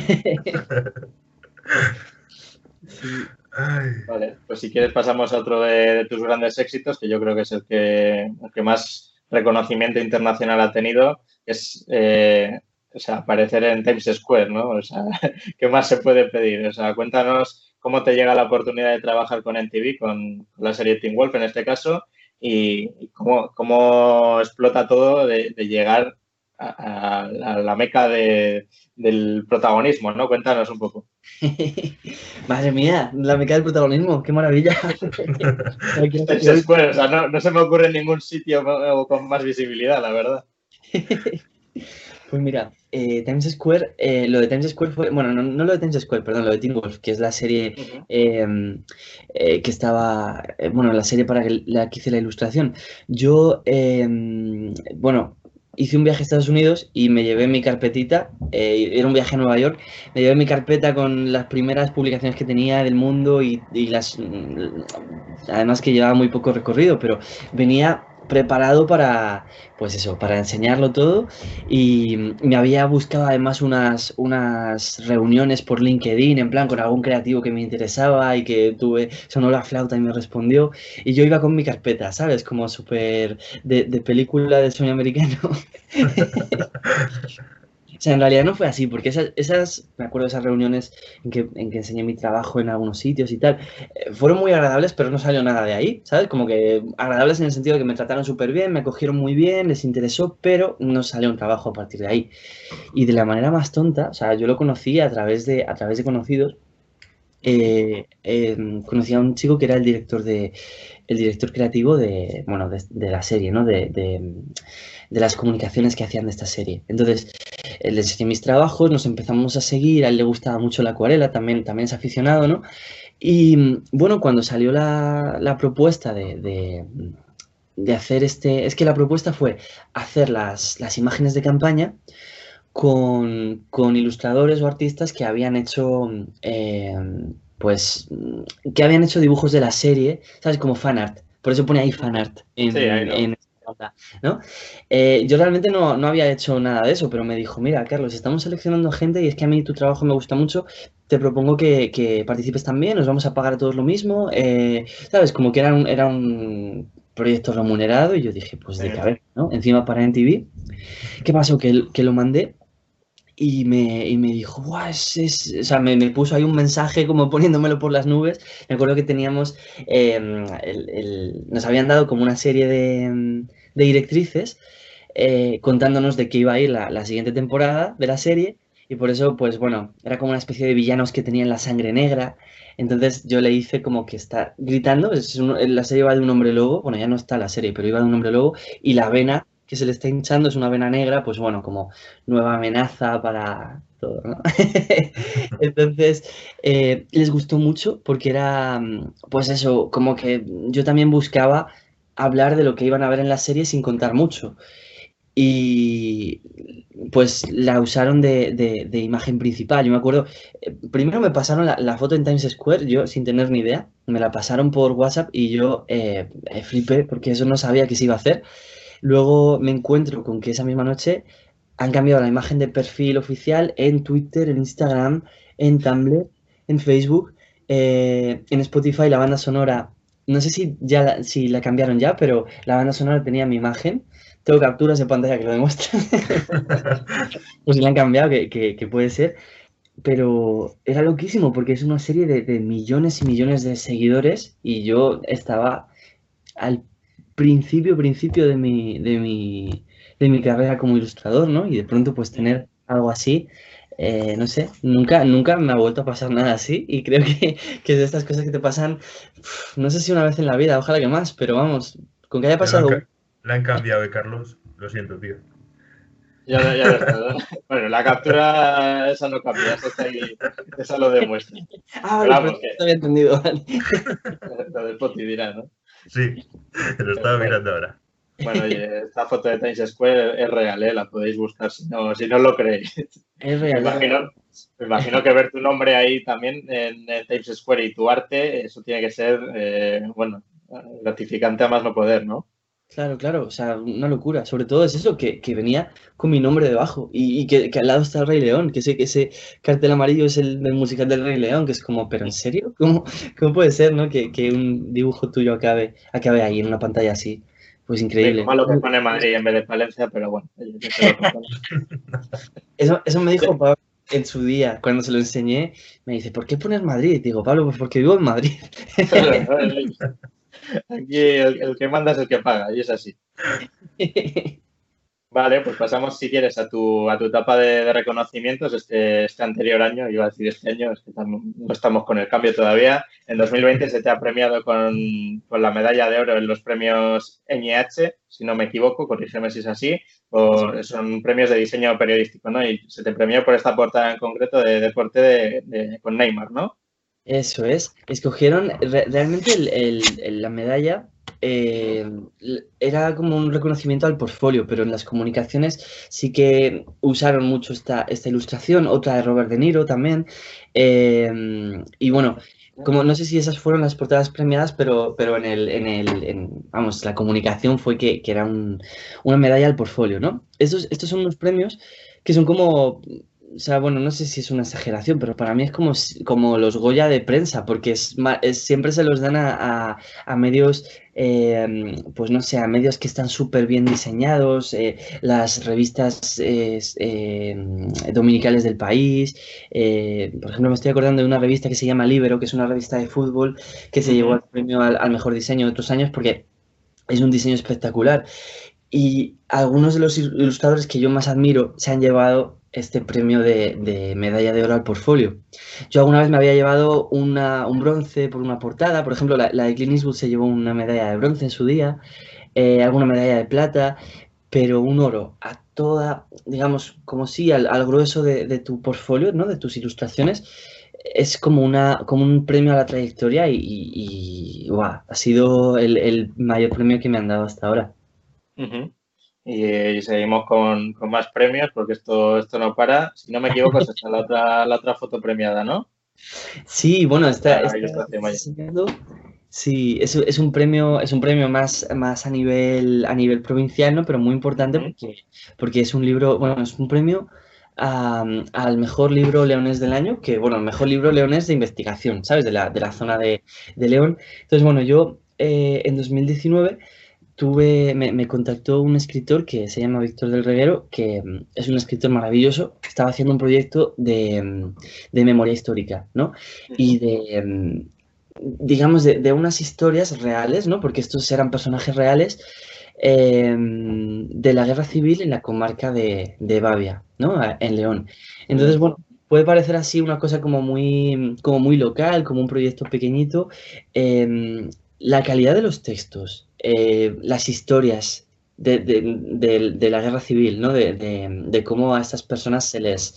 Sí.
Vale, pues si quieres pasamos a otro de, de tus grandes éxitos, que yo creo que es el que, el que más reconocimiento internacional ha tenido, es eh, o sea, aparecer en Times Square, ¿no? O sea, ¿qué más se puede pedir? O sea, cuéntanos cómo te llega la oportunidad de trabajar con M T V, con, con la serie Teen Wolf en este caso, y, y cómo, cómo explota todo de, de llegar a, a, a la meca de, del protagonismo, ¿no? Cuéntanos un poco.
Madre mía, la meca del protagonismo, qué maravilla.
Times Square, o sea, no, no se me ocurre ningún sitio con más visibilidad, la verdad.
Pues mira, eh, Times Square, eh, lo de Times Square fue, bueno, no, no lo de Times Square, perdón, lo de Teen Wolf, que es la serie
Uh-huh.
eh, eh, que estaba, eh, bueno, la serie para que, la que hice la ilustración. Yo, eh, bueno, hice un viaje a Estados Unidos y me llevé mi carpetita, eh, era un viaje a Nueva York, me llevé mi carpeta con las primeras publicaciones que tenía del mundo y, y las, además que llevaba muy poco recorrido, pero venía preparado para, pues eso, para enseñarlo todo y me había buscado además unas, unas reuniones por LinkedIn, en plan con algún creativo que me interesaba y que tuve, sonó la flauta y me respondió y yo iba con mi carpeta, ¿sabes? Como súper de, de película de sueño americano. O sea, en realidad no fue así, porque esas, esas me acuerdo de esas reuniones en que, en que enseñé mi trabajo en algunos sitios y tal, eh, fueron muy agradables, pero no salió nada de ahí, ¿sabes? Como que agradables en el sentido de que me trataron súper bien, me acogieron muy bien, les interesó, pero no salió un trabajo a partir de ahí. Y de la manera más tonta, o sea, yo lo conocí a través de, a través de conocidos, eh, eh, conocí a un chico que era el director de, el director creativo de, bueno, de, de la serie, ¿no? De, de, de las comunicaciones que hacían de esta serie. Entonces, eh, le enseñé mis trabajos, nos empezamos a seguir, a él le gustaba mucho la acuarela, también, también es aficionado, ¿no? Y bueno, cuando salió la, la propuesta de, de, de, hacer este, es que la propuesta fue hacer las, las imágenes de campaña con, con ilustradores o artistas que habían hecho, eh, pues, que habían hecho dibujos de la serie, ¿sabes? Como fanart. Por eso pone ahí fanart en,
sí, ahí no.
en ¿no? Eh, yo realmente no, no había hecho nada de eso, pero me dijo, mira, Carlos, estamos seleccionando gente y es que a mí tu trabajo me gusta mucho, te propongo que, que participes también, nos vamos a pagar a todos lo mismo, eh, ¿sabes? Como que era un, era un proyecto remunerado y yo dije, pues de cabeza, ¿no? Encima para M T V. ¿Qué pasó? Que, que lo mandé y me, y me dijo, Buah, es, es... o sea, me, me puso ahí un mensaje como poniéndomelo por las nubes. Me acuerdo que teníamos, eh, el, el... nos habían dado como una serie de, de directrices eh, contándonos de qué iba a ir la, la siguiente temporada de la serie y por eso, pues bueno, era como una especie de villanos que tenían la sangre negra. Entonces yo le hice como que está gritando, es un, la serie va de un hombre lobo, bueno, ya no está la serie, pero iba de un hombre lobo y la vena que se le está hinchando es una vena negra, pues bueno, como nueva amenaza para todo, ¿no? Entonces, eh, les gustó mucho porque era, pues eso, como que yo también buscaba hablar de lo que iban a ver en la serie sin contar mucho. Y pues la usaron de, de, de imagen principal. Yo me acuerdo, eh, primero me pasaron la, la foto en Times Square, yo sin tener ni idea, me la pasaron por WhatsApp y yo eh, eh, flipé porque eso no sabía que se iba a hacer. Luego me encuentro con que esa misma noche han cambiado la imagen de perfil oficial en Twitter, en Instagram, en Tumblr, en Facebook, eh, en Spotify la banda sonora, no sé si ya la, si la cambiaron ya, pero la banda sonora tenía mi imagen tengo capturas de pantalla que lo demuestran. Pues si le han cambiado, que, que, que puede ser. Pero era loquísimo porque es una serie de, de millones y millones de seguidores y yo estaba al principio, principio de mi, de mi, de mi carrera como ilustrador, ¿no? Y de pronto pues tener algo así, eh, no sé, nunca, nunca me ha vuelto a pasar nada así y creo que, que es de estas cosas que te pasan, uf, no sé si una vez en la vida, ojalá que más, pero vamos, con que haya
Te lo han,
pasado...
ca- le han cambiado, ¿eh, Carlos? Lo siento, tío.
Ya, ya lo está, ¿no? Bueno, la captura esa no cambia, esa, está ahí, esa lo demuestra.
Ah,
Pero
vale,
vamos,
pero
que
no había entendido, vale.
lo del Poti dirá, ¿no?
Sí, lo estaba
Bueno,
mirando ahora.
bueno, oye, esta foto de Times Square es real, ¿eh? La podéis buscar si no, si no lo creéis.
Es
Me
real, es real.
imagino, me imagino que ver tu nombre ahí también en, en Times Square y tu arte, eso tiene que ser, eh, bueno, gratificante a más no poder, ¿no?
Claro, claro, o sea, una locura. Sobre todo es eso, que, que venía con mi nombre debajo y, y que, que al lado está el Rey León, que ese, que ese cartel amarillo es el, del musical del Rey León, que es como, ¿pero en serio? ¿Cómo, cómo puede ser, no? Que, que un dibujo tuyo acabe, acabe ahí en una pantalla así. Pues
Sí, lo
increíble.
malo que pone Madrid en vez de Palencia, pero bueno, oye, que se lo contamos.
Eso, eso me dijo Pablo en su día, cuando se lo enseñé, me dice, ¿por qué pones Madrid? Digo, Pablo, pues porque vivo en Madrid.
Aquí el, el que manda es el que paga, y es así. Vale, pues pasamos, si quieres, a tu, a tu etapa de, de reconocimientos este, este anterior año, iba a decir este año, es que tam- no estamos con el cambio todavía. En dos mil veinte se te ha premiado con, con la medalla de oro en los premios N H, si no me equivoco, corrígeme si es así, o son premios de diseño periodístico, ¿no? Y se te premió por esta portada en concreto de deporte de, de- con Neymar, ¿no?
Eso es. Escogieron re- realmente el- el- el- la medalla. eh, l- era como un reconocimiento al portfolio, pero en las comunicaciones sí que usaron mucho esta, esta ilustración, otra de Robert De Niro también. eh, y bueno, como no sé si esas fueron las portadas premiadas, pero, pero en el, en el, en- vamos, la comunicación fue que, que era un- una medalla al portfolio, ¿no? Estos, estos son unos premios que son como, o sea, bueno, no sé si es una exageración, pero para mí es como, si- como los Goya de prensa, porque es, ma- es- siempre se los dan a, a- a medios, eh, pues no sé, a medios que están súper bien diseñados, eh, las revistas eh, s- eh, dominicales del país. eh, por ejemplo, me estoy acordando de una revista que se llama Libero, que es una revista de fútbol que se llevó
Ujú.
el premio al, al mejor diseño de otros años porque es un diseño espectacular. Y algunos de los ilustradores que yo más admiro se han llevado este premio de, de medalla de oro al portfolio. Yo alguna vez me había llevado una, un bronce por una portada, por ejemplo, la, la de Clint Eastwood se llevó una medalla de bronce en su día, eh, alguna medalla de plata, pero un oro a toda, digamos, como si al, al grueso de, de tu portfolio, ¿no? De tus ilustraciones, es como, una, como un premio a la trayectoria y, y, y, guau, ha sido el, el mayor premio que me han dado hasta ahora.
Ujú. Y, y seguimos con, con más premios porque esto, esto no para. Si no me equivoco, es esta la otra, la otra foto premiada, ¿no?
Sí, bueno, está,
Otra
está
ilustración, vaya.
enseñando. Sí, es, es un premio, es un premio más, más a nivel, a nivel provincial, ¿no? Pero muy importante
Ujú.
porque, porque es un libro, bueno, es un premio a- al mejor libro leonés del año, que, bueno, el mejor libro leonés de investigación, ¿sabes? De la, de la zona de, de León. Entonces, bueno, yo eh, en dos mil diecinueve tuve, me, me contactó un escritor que se llama Víctor del Reguero, que mm, es un escritor maravilloso, que estaba haciendo un proyecto de, mm, de memoria histórica, ¿no? Y
Ujú.
de, mm, digamos, de, de unas historias reales, ¿no? Porque estos eran personajes reales eh, de la guerra civil en la comarca de, de Bavia, ¿no? A- En León. Entonces, bueno, puede parecer así una cosa como muy, como muy local, como un proyecto pequeñito. Em, la calidad de los textos, eh, las historias de, de- de- de la guerra civil, ¿no? De, de- de cómo a estas personas se les,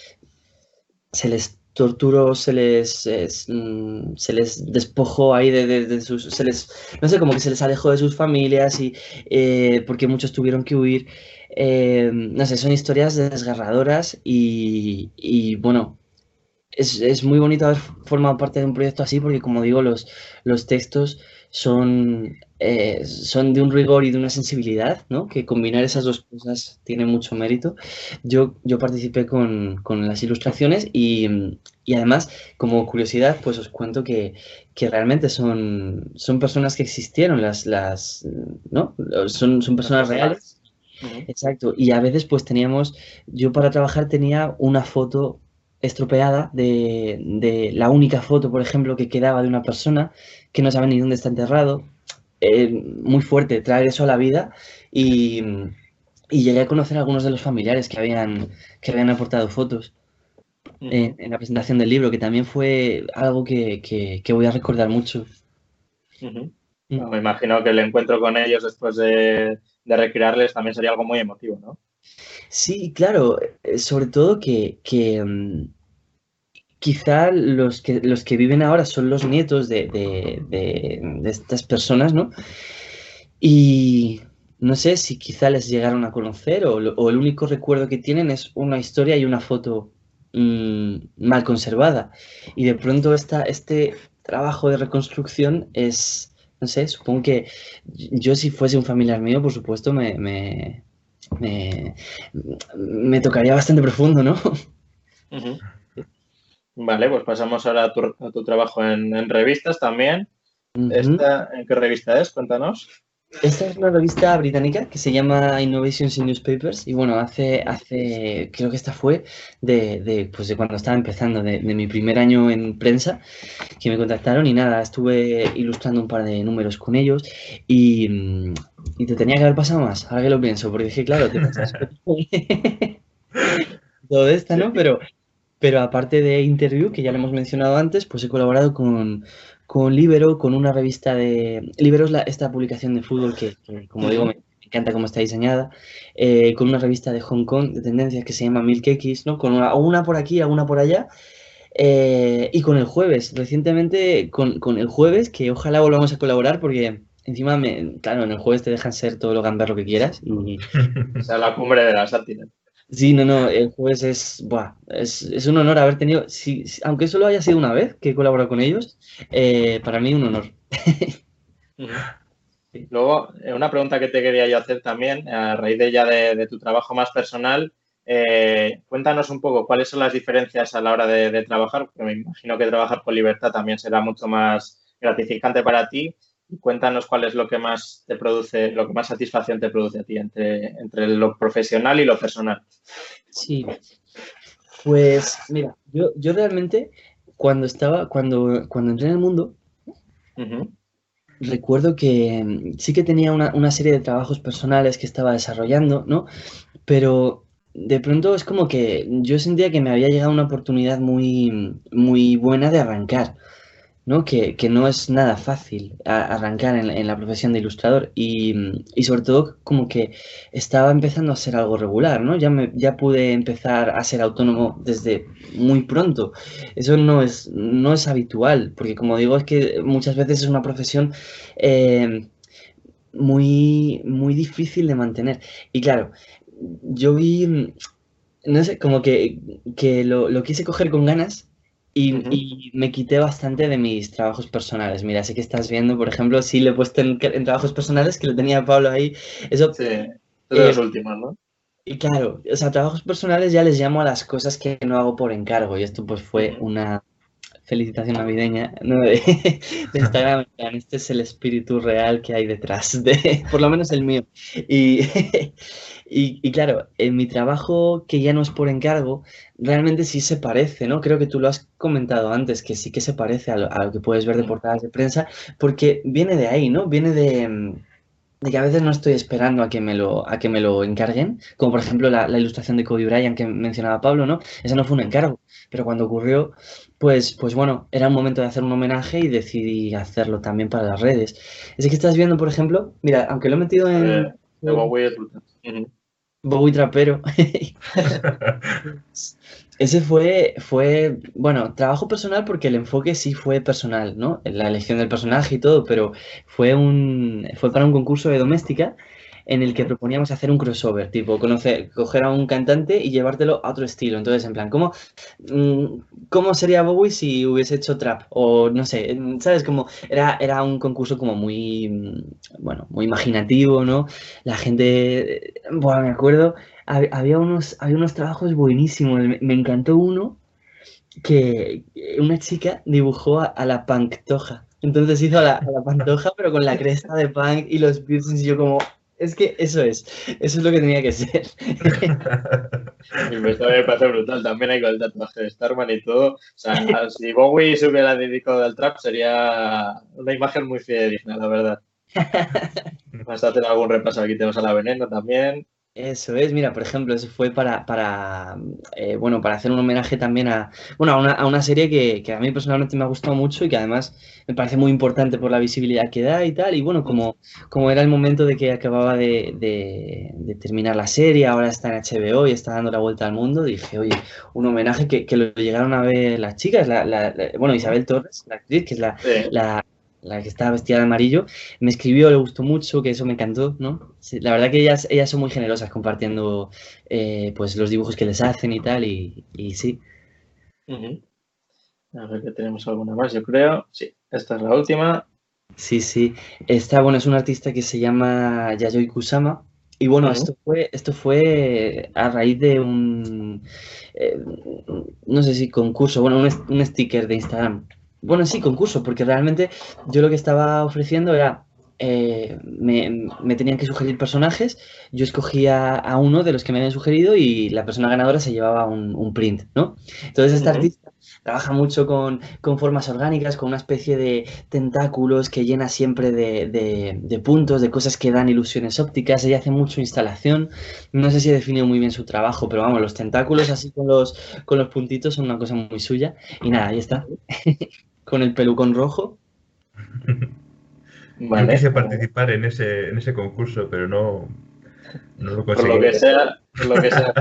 se les torturó, se les, es, mm, se les despojó ahí de, de- de sus, se les, no sé, como que se les alejó de sus familias y eh, porque muchos tuvieron que huir. Eh, no sé, son historias desgarradoras y, y, bueno, es, es muy bonito haber formado parte de un proyecto así porque, como digo, los, los textos son, eh, son de un rigor y de una sensibilidad, ¿no? Que combinar esas dos cosas tiene mucho mérito. Yo, yo participé con, con las ilustraciones y, y además, como curiosidad, pues os cuento que, que realmente son, son personas que existieron, las, las, ¿no? Son, son
Los
personas
personajes.
reales.
Uh-huh.
Exacto. Y a veces pues teníamos, yo para trabajar tenía una foto estropeada de, de la única foto, por ejemplo, que quedaba de una persona que no sabe ni dónde está enterrado. Eh, muy fuerte traer eso a la vida y, y llegué a conocer a algunos de los familiares que habían, que habían aportado fotos en,
Uh-huh.
en la presentación del libro, que también fue algo que, que, que voy a recordar mucho.
Uh-huh.
Mm.
Bueno, me imagino que el encuentro con ellos después de, de recrearles también sería algo muy emotivo, ¿no?
Sí, claro, eh, sobre todo que, que mm, quizá los que, los que viven ahora son los nietos de, de- de- de estas personas, ¿no? Y no sé si quizá les llegaron a conocer o, lo- o el único recuerdo que tienen es una historia y una foto mm, mal conservada. Y de pronto esta, este trabajo de reconstrucción es, no sé, supongo que yo si fuese un familiar mío, por supuesto, me, me, me, me tocaría bastante profundo, ¿no?
Uh-huh. Vale, pues pasamos ahora a tu, a tu trabajo en, en revistas también.
Ujú.
¿Esta en qué revista es? Cuéntanos.
Esta es una revista británica que se llama Innovations in Newspapers y bueno, hace, hace creo que esta fue de, de, pues de cuando estaba empezando, de, de mi primer año en prensa, que me contactaron y nada, estuve ilustrando un par de números con ellos y, mm, y te tenía que haber pasado más, ahora que lo pienso, porque dije, claro, te pasas todo esta,
Sí.
¿no? Pero, pero aparte de Interview, que ya lo hemos mencionado antes, pues he colaborado con, con Libero, con una revista de... Libero es la- esta publicación de fútbol que, que, como digo,
Uh-huh.
me encanta cómo está diseñada, eh, con una revista de Hong Kong de tendencias que se llama Milk X, ¿no? Con una, una por aquí, una por allá, eh, y con el Jueves, recientemente con, con el Jueves, que ojalá volvamos a colaborar porque... Encima, me, claro, en el Jueves te dejan ser todo lo gamberro que quieras y,
O sea, la cumbre de la sátira.
sí, no, no, el jueves es, buah, es, es un honor haber tenido, sí, sí, aunque solo haya sido una vez que he colaborado con ellos, eh, para mí un honor.
Uh-huh.
Sí.
Luego, eh, una pregunta que te quería yo hacer también, a raíz de ya de, de tu trabajo más personal, eh, cuéntanos un poco cuáles son las diferencias a la hora de, de trabajar, porque me imagino que trabajar con libertad también será mucho más gratificante para ti. Y cuéntanos cuál es lo que más te produce, lo que más satisfacción te produce a ti entre, entre lo profesional y lo personal.
Sí, pues mira, yo, yo realmente cuando estaba, cuando, cuando entré en el mundo,
Uh-huh.
recuerdo que mm, sí que tenía una, una serie de trabajos personales que estaba desarrollando, ¿no? Pero de pronto es como que yo sentía que me había llegado una oportunidad muy, muy buena de arrancar. ¿No? Que, que no es nada fácil a- arrancar en, en la profesión de ilustrador y, y sobre todo como que estaba empezando a ser algo regular, ¿no? Ya, me, ya pude empezar a ser autónomo desde muy pronto. Eso no es, no es habitual, porque como digo, es que muchas veces es una profesión eh, muy, muy difícil de mantener. Y claro, yo vi, no sé, como que, que lo, lo quise coger con ganas y,
Uh-huh.
y me quité bastante de mis trabajos personales. Mira, sé que estás viendo, por ejemplo, sí le he puesto en, en trabajos personales, que lo tenía Pablo ahí. Eso,
Sí, es de
eh,
los últimos, ¿no?
y claro, o sea, trabajos personales ya les llamo a las cosas que no hago por encargo y esto pues fue
Uh-huh.
una felicitación navideña, ¿no? de, de Instagram. En plan, este es el espíritu real que hay detrás de, por lo menos el mío. Y, y, y claro, en mi trabajo, que ya no es por encargo, realmente sí se parece, ¿no? Creo que tú lo has comentado antes, que sí que se parece a lo, a lo que puedes ver de portadas de prensa, porque viene de ahí, ¿no? Viene de, mm, de que a veces no estoy esperando a que me lo, a que me lo encarguen, como por ejemplo la, la ilustración de Cody Bryant que mencionaba Pablo, ¿no? Esa no fue un encargo, pero cuando ocurrió, pues, pues bueno, era un momento de hacer un homenaje y decidí hacerlo también para las redes. Ese que estás viendo, por ejemplo, mira, aunque lo he metido en
De, de Bowie es brutal. Uh-huh.
Bowie Trapero, ese fue, fue, bueno, trabajo personal porque el enfoque sí fue personal, ¿no? La elección del personaje y todo, pero fue un, fue para un concurso de doméstica en el que
Uh-huh.
proponíamos hacer un crossover, tipo, conocer, coger a un cantante y llevártelo a otro estilo. Entonces, en plan, ¿cómo, mm, ¿cómo sería Bowie si hubiese hecho trap? O no sé, mm, ¿sabes? Como era, era un concurso como muy, mm, bueno, muy imaginativo, ¿no? La gente, eh, bueno, me acuerdo hab- había unos, había unos trabajos buenísimos. Me, me encantó uno que una chica dibujó a, a la Panktoja. Entonces hizo a la, a la Pantoja, pero con la cresta de punk y los piercings. Y yo como, Es que eso es, eso es lo que tenía que ser.
Y me me parece brutal. También hay con el tatuaje de Starman y todo. O sea, si Bowie se hubiera dedicado al trap, sería una imagen muy fidedigna, la verdad. Vas a hacer algún repaso. Aquí tenemos a la Veneno también.
Eso es, mira, por ejemplo, eso fue para, para eh, bueno, para hacer un homenaje también a, bueno, a una, a una serie que, que a mí personalmente me ha gustado mucho y que además me parece muy importante por la visibilidad que da y tal. Y bueno, como, como era el momento de que acababa de, de- de terminar la serie, ahora está en H B O y está dando la vuelta al mundo, dije, oye, un homenaje que, que lo llegaron a ver las chicas, la, la- la- bueno, Isabel Torres, la actriz, que es la,
Sí.
la, la que está vestida de amarillo, me escribió, le gustó mucho, que eso me encantó, ¿no? Sí, la verdad que ellas, ellas son muy generosas compartiendo eh, pues los dibujos que les hacen y tal, y, y sí,
Ujú. A ver que tenemos alguna más, yo creo. Sí, esta es la última.
sí, sí. Está, bueno, es un artista que se llama Yayoi Kusama, y bueno,
Ujú.
esto fue, esto fue a raíz de un, eh, no sé si concurso, bueno, un, es- un sticker de Instagram. Bueno, sí, concurso, porque realmente yo lo que estaba ofreciendo era, eh, me, me tenían que sugerir personajes, yo escogía a uno de los que me habían sugerido y la persona ganadora se llevaba un, un print, ¿no? Entonces este
Ujú.
artista trabaja mucho con, con formas orgánicas, con una especie de tentáculos que llena siempre de, de- de puntos, de cosas que dan ilusiones ópticas. Ella hace mucho instalación. No sé si he definido muy bien su trabajo, pero vamos, los tentáculos así con los, con los puntitos son una cosa muy suya. Y nada, ahí está. Con el pelucón rojo.
Yo
Vale.
quise participar en ese, en ese concurso, pero no, no lo
Por lo
conseguí.
que sea, por lo que sea.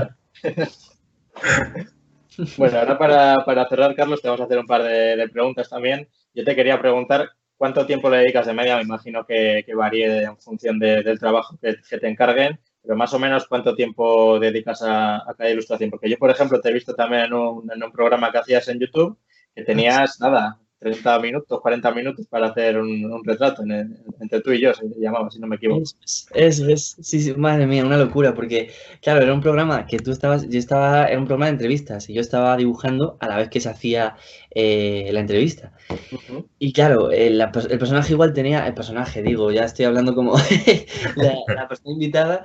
Bueno, ahora para, para cerrar, Carlos, te vamos a hacer un par de, de preguntas también. Yo te quería preguntar cuánto tiempo le dedicas de media. Me imagino que, que varíe en función de- del trabajo que, que te encarguen, pero más o menos cuánto tiempo dedicas a, a cada ilustración. Porque yo, por ejemplo, te he visto también en un, en un programa que hacías en YouTube que tenías, nada, treinta minutos, cuarenta minutos para hacer un, un retrato en el- entre tú y yo, se llamaba, si no me equivoco.
Eso es, eso es, sí, sí, madre mía, una locura, porque claro, era un programa que tú estabas, yo estaba, era un programa de entrevistas y yo estaba dibujando a la vez que se hacía eh, la entrevista.
Ujú.
Y claro, el, la pers- el personaje igual tenía, el personaje, digo, ya estoy hablando como la, la persona invitada,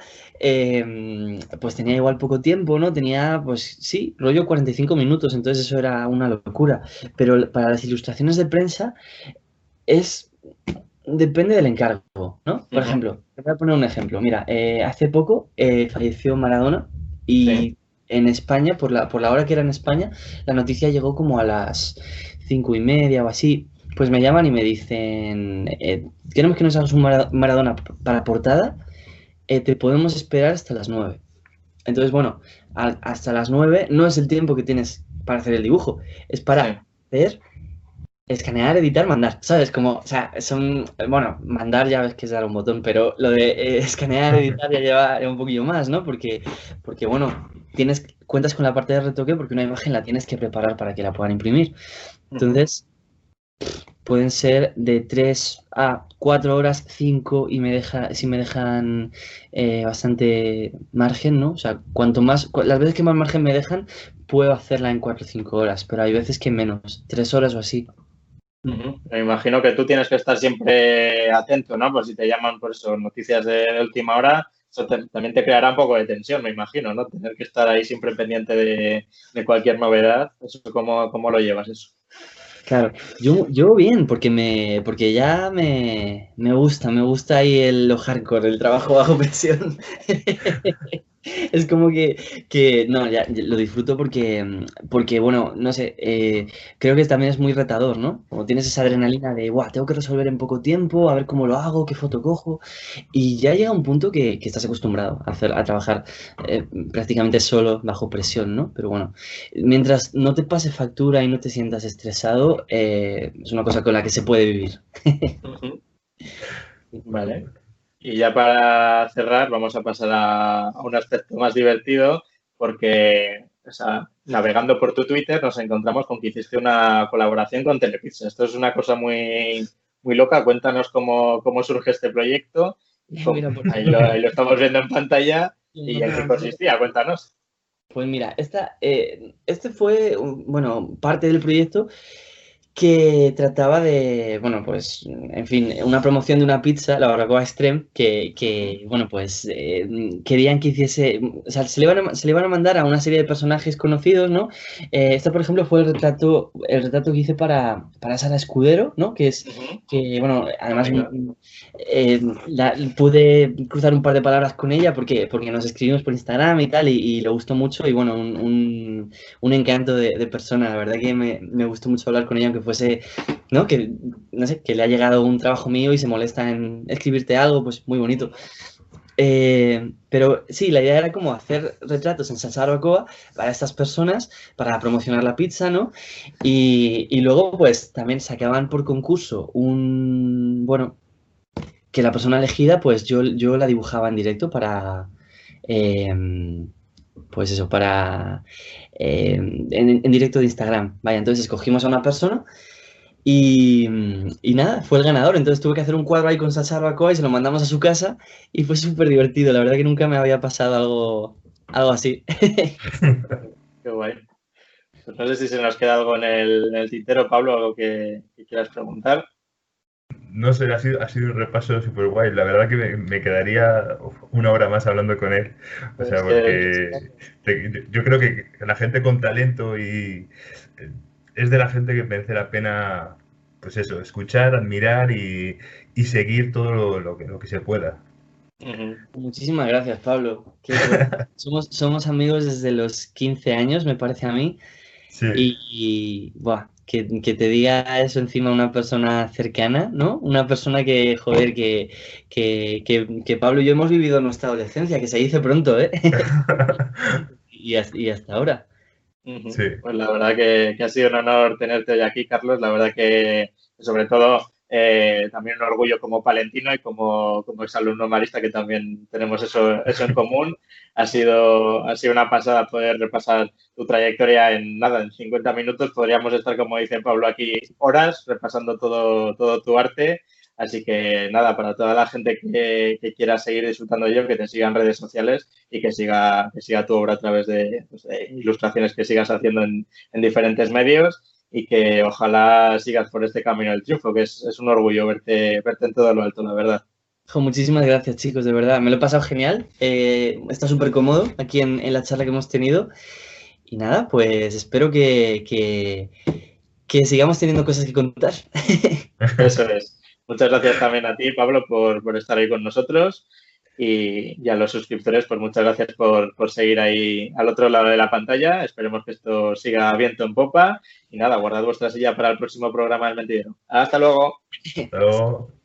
eh, pues tenía igual poco tiempo, ¿no? Tenía, pues sí, rollo cuarenta y cinco minutos, entonces eso era una locura. Pero para las ilustraciones de prensa es, depende del encargo, ¿no? Por
Ujú.
ejemplo, te voy a poner un ejemplo. Mira, eh, hace poco eh, falleció Maradona
Sí.
y en España, por la, por la hora que era en España, la noticia llegó como a las cinco y media o así. Pues me llaman y me dicen, eh, queremos que nos hagas un Mara- Maradona p- para portada, eh, te podemos esperar hasta las nueve. Entonces, bueno, a- hasta las nueve no es el tiempo que tienes para hacer el dibujo, es
Sí.
para ver, escanear, editar, mandar, ¿sabes? Como, o sea, son, bueno, mandar ya ves que es dar un botón, pero lo de eh, escanear, editar ya lleva un poquillo más, ¿no? Porque, porque, bueno, tienes, cuentas con la parte de retoque porque una imagen la tienes que preparar para que la puedan imprimir.
Ujú.
Entonces, pueden ser de tres a cuatro horas, cinco y me deja, si me dejan eh, bastante margen, ¿no? O sea, cuanto más, cu- las veces que más margen me dejan, puedo hacerla en cuatro o cinco horas, pero hay veces que menos, tres horas o así.
Ujú. Me imagino que tú tienes que estar siempre atento, ¿no? Pues si te llaman por eso, noticias de última hora, eso te- también te creará un poco de tensión, me imagino, ¿no? Tener que estar ahí siempre pendiente de, de cualquier novedad. Eso, ¿cómo, cómo lo llevas eso?
Claro, yo, yo bien, porque me, porque ya me, me gusta, me gusta ahí el, lo hardcore, el trabajo bajo presión. Es como que, que no, ya, ya lo disfruto porque, mm, porque, bueno, no sé, eh, creo que también es muy retador, ¿no? Como tienes esa adrenalina de, guau, tengo que resolver en poco tiempo, a ver cómo lo hago, qué foto cojo, y ya llega un punto que, que estás acostumbrado a hacer, a trabajar eh, prácticamente solo, bajo presión, ¿no? Pero bueno, mientras no te pase factura y no te sientas estresado, eh, es una cosa con la que se puede vivir.
Ujú. Vale. Y ya para cerrar, vamos a pasar a, a un aspecto más divertido, porque o sea, navegando por tu Twitter nos encontramos con que hiciste una colaboración con Telepizza. Esto es una cosa muy, muy loca. Cuéntanos cómo, cómo surge este proyecto. Y cómo-
Mira, pues,
ahí, lo, ahí lo estamos viendo en pantalla. ¿Y
no te
en qué
lo puedo.
consistía? Cuéntanos.
Pues mira, esta, eh, este fue, un- bueno, parte del proyecto que trataba de, bueno, pues, en fin, una promoción de una pizza, la Barbacoa Extreme, que, que bueno, pues eh, querían que hiciese, o sea, se le, iban a, se le iban a mandar a una serie de personajes conocidos, ¿no? Eh, esto, por ejemplo, fue el retrato, el retrato que hice para, para Sara Escudero, ¿no? Que es,
Ujú.
que, bueno, además
Amiga.
eh, la- pude cruzar un par de palabras con ella porque, porque nos escribimos por Instagram y tal, y, y le gustó mucho, y bueno, un, un, un encanto de, de persona, la verdad que me, me gustó mucho hablar con ella, aunque fuese, ¿no? Que, no sé, que le ha llegado un trabajo mío y se molesta en escribirte algo, pues muy bonito. Eh, pero sí, la idea era como hacer retratos en salsa barbacoa para estas personas, para promocionar la pizza, ¿no? Y, y luego, pues también sacaban por concurso un, bueno, que la persona elegida, pues yo, yo la dibujaba en directo para, eh, pues eso, para, eh, en, en directo de Instagram. Vaya, entonces escogimos a una persona y, y nada, fue el ganador. Entonces tuve que hacer un cuadro ahí con salsa barbacoa y se lo mandamos a su casa y fue súper divertido. La verdad que nunca me había pasado algo, algo así.
Qué guay. Pues no sé si se nos queda algo en el, en el tintero, Pablo, algo que, que quieras preguntar.
No sé, ha sido, ha sido un repaso súper guay. La verdad que me, me quedaría una hora más hablando con él. O sea,
Es que,
porque te- yo creo que la gente con talento y eh, es de la gente que merece la pena, pues eso, escuchar, admirar y, y seguir todo lo, lo que, lo que se pueda.
ujú.
Muchísimas gracias, Pablo. Qué bueno. Somos, somos amigos desde los quince años, me parece a mí.
Sí.
Y, y, buah, que, que te diga eso encima una persona cercana, ¿no? Una persona que, joder, que, que, que, que Pablo y yo hemos vivido nuestra adolescencia, que se dice pronto, ¿eh? Y hasta, y hasta ahora.
Ujú.
Sí.
Pues la verdad que, que ha sido un honor tenerte hoy aquí, Carlos. La verdad que, sobre todo, eh, también un orgullo como palentino y como, como exalumno marista, que también tenemos eso, eso en común. Ha sido, ha sido una pasada poder repasar tu trayectoria en nada, en cincuenta minutos. Podríamos estar, como dice Pablo, aquí horas repasando todo, todo tu arte. Así que nada, para toda la gente que, que quiera seguir disfrutando de ello, que te siga en redes sociales y que siga, que siga tu obra a través de, pues, de ilustraciones que sigas haciendo en, en, diferentes medios y que ojalá sigas por este camino del triunfo, que es, es un orgullo verte, verte en todo lo alto, la verdad.
Jo, muchísimas gracias, chicos, de verdad. Me lo he pasado genial. Eh, está súper cómodo aquí en, en la charla que hemos tenido. Y nada, pues espero que, que, que sigamos teniendo cosas que contar.
Eso es. Muchas gracias también a ti, Pablo, por, por estar ahí con nosotros. Y, y a los suscriptores, pues muchas gracias por, por seguir ahí al otro lado de la pantalla. Esperemos que esto siga viento en popa. Y nada, guardad vuestra silla para el próximo programa del Mentidero. Hasta luego.
Hasta luego.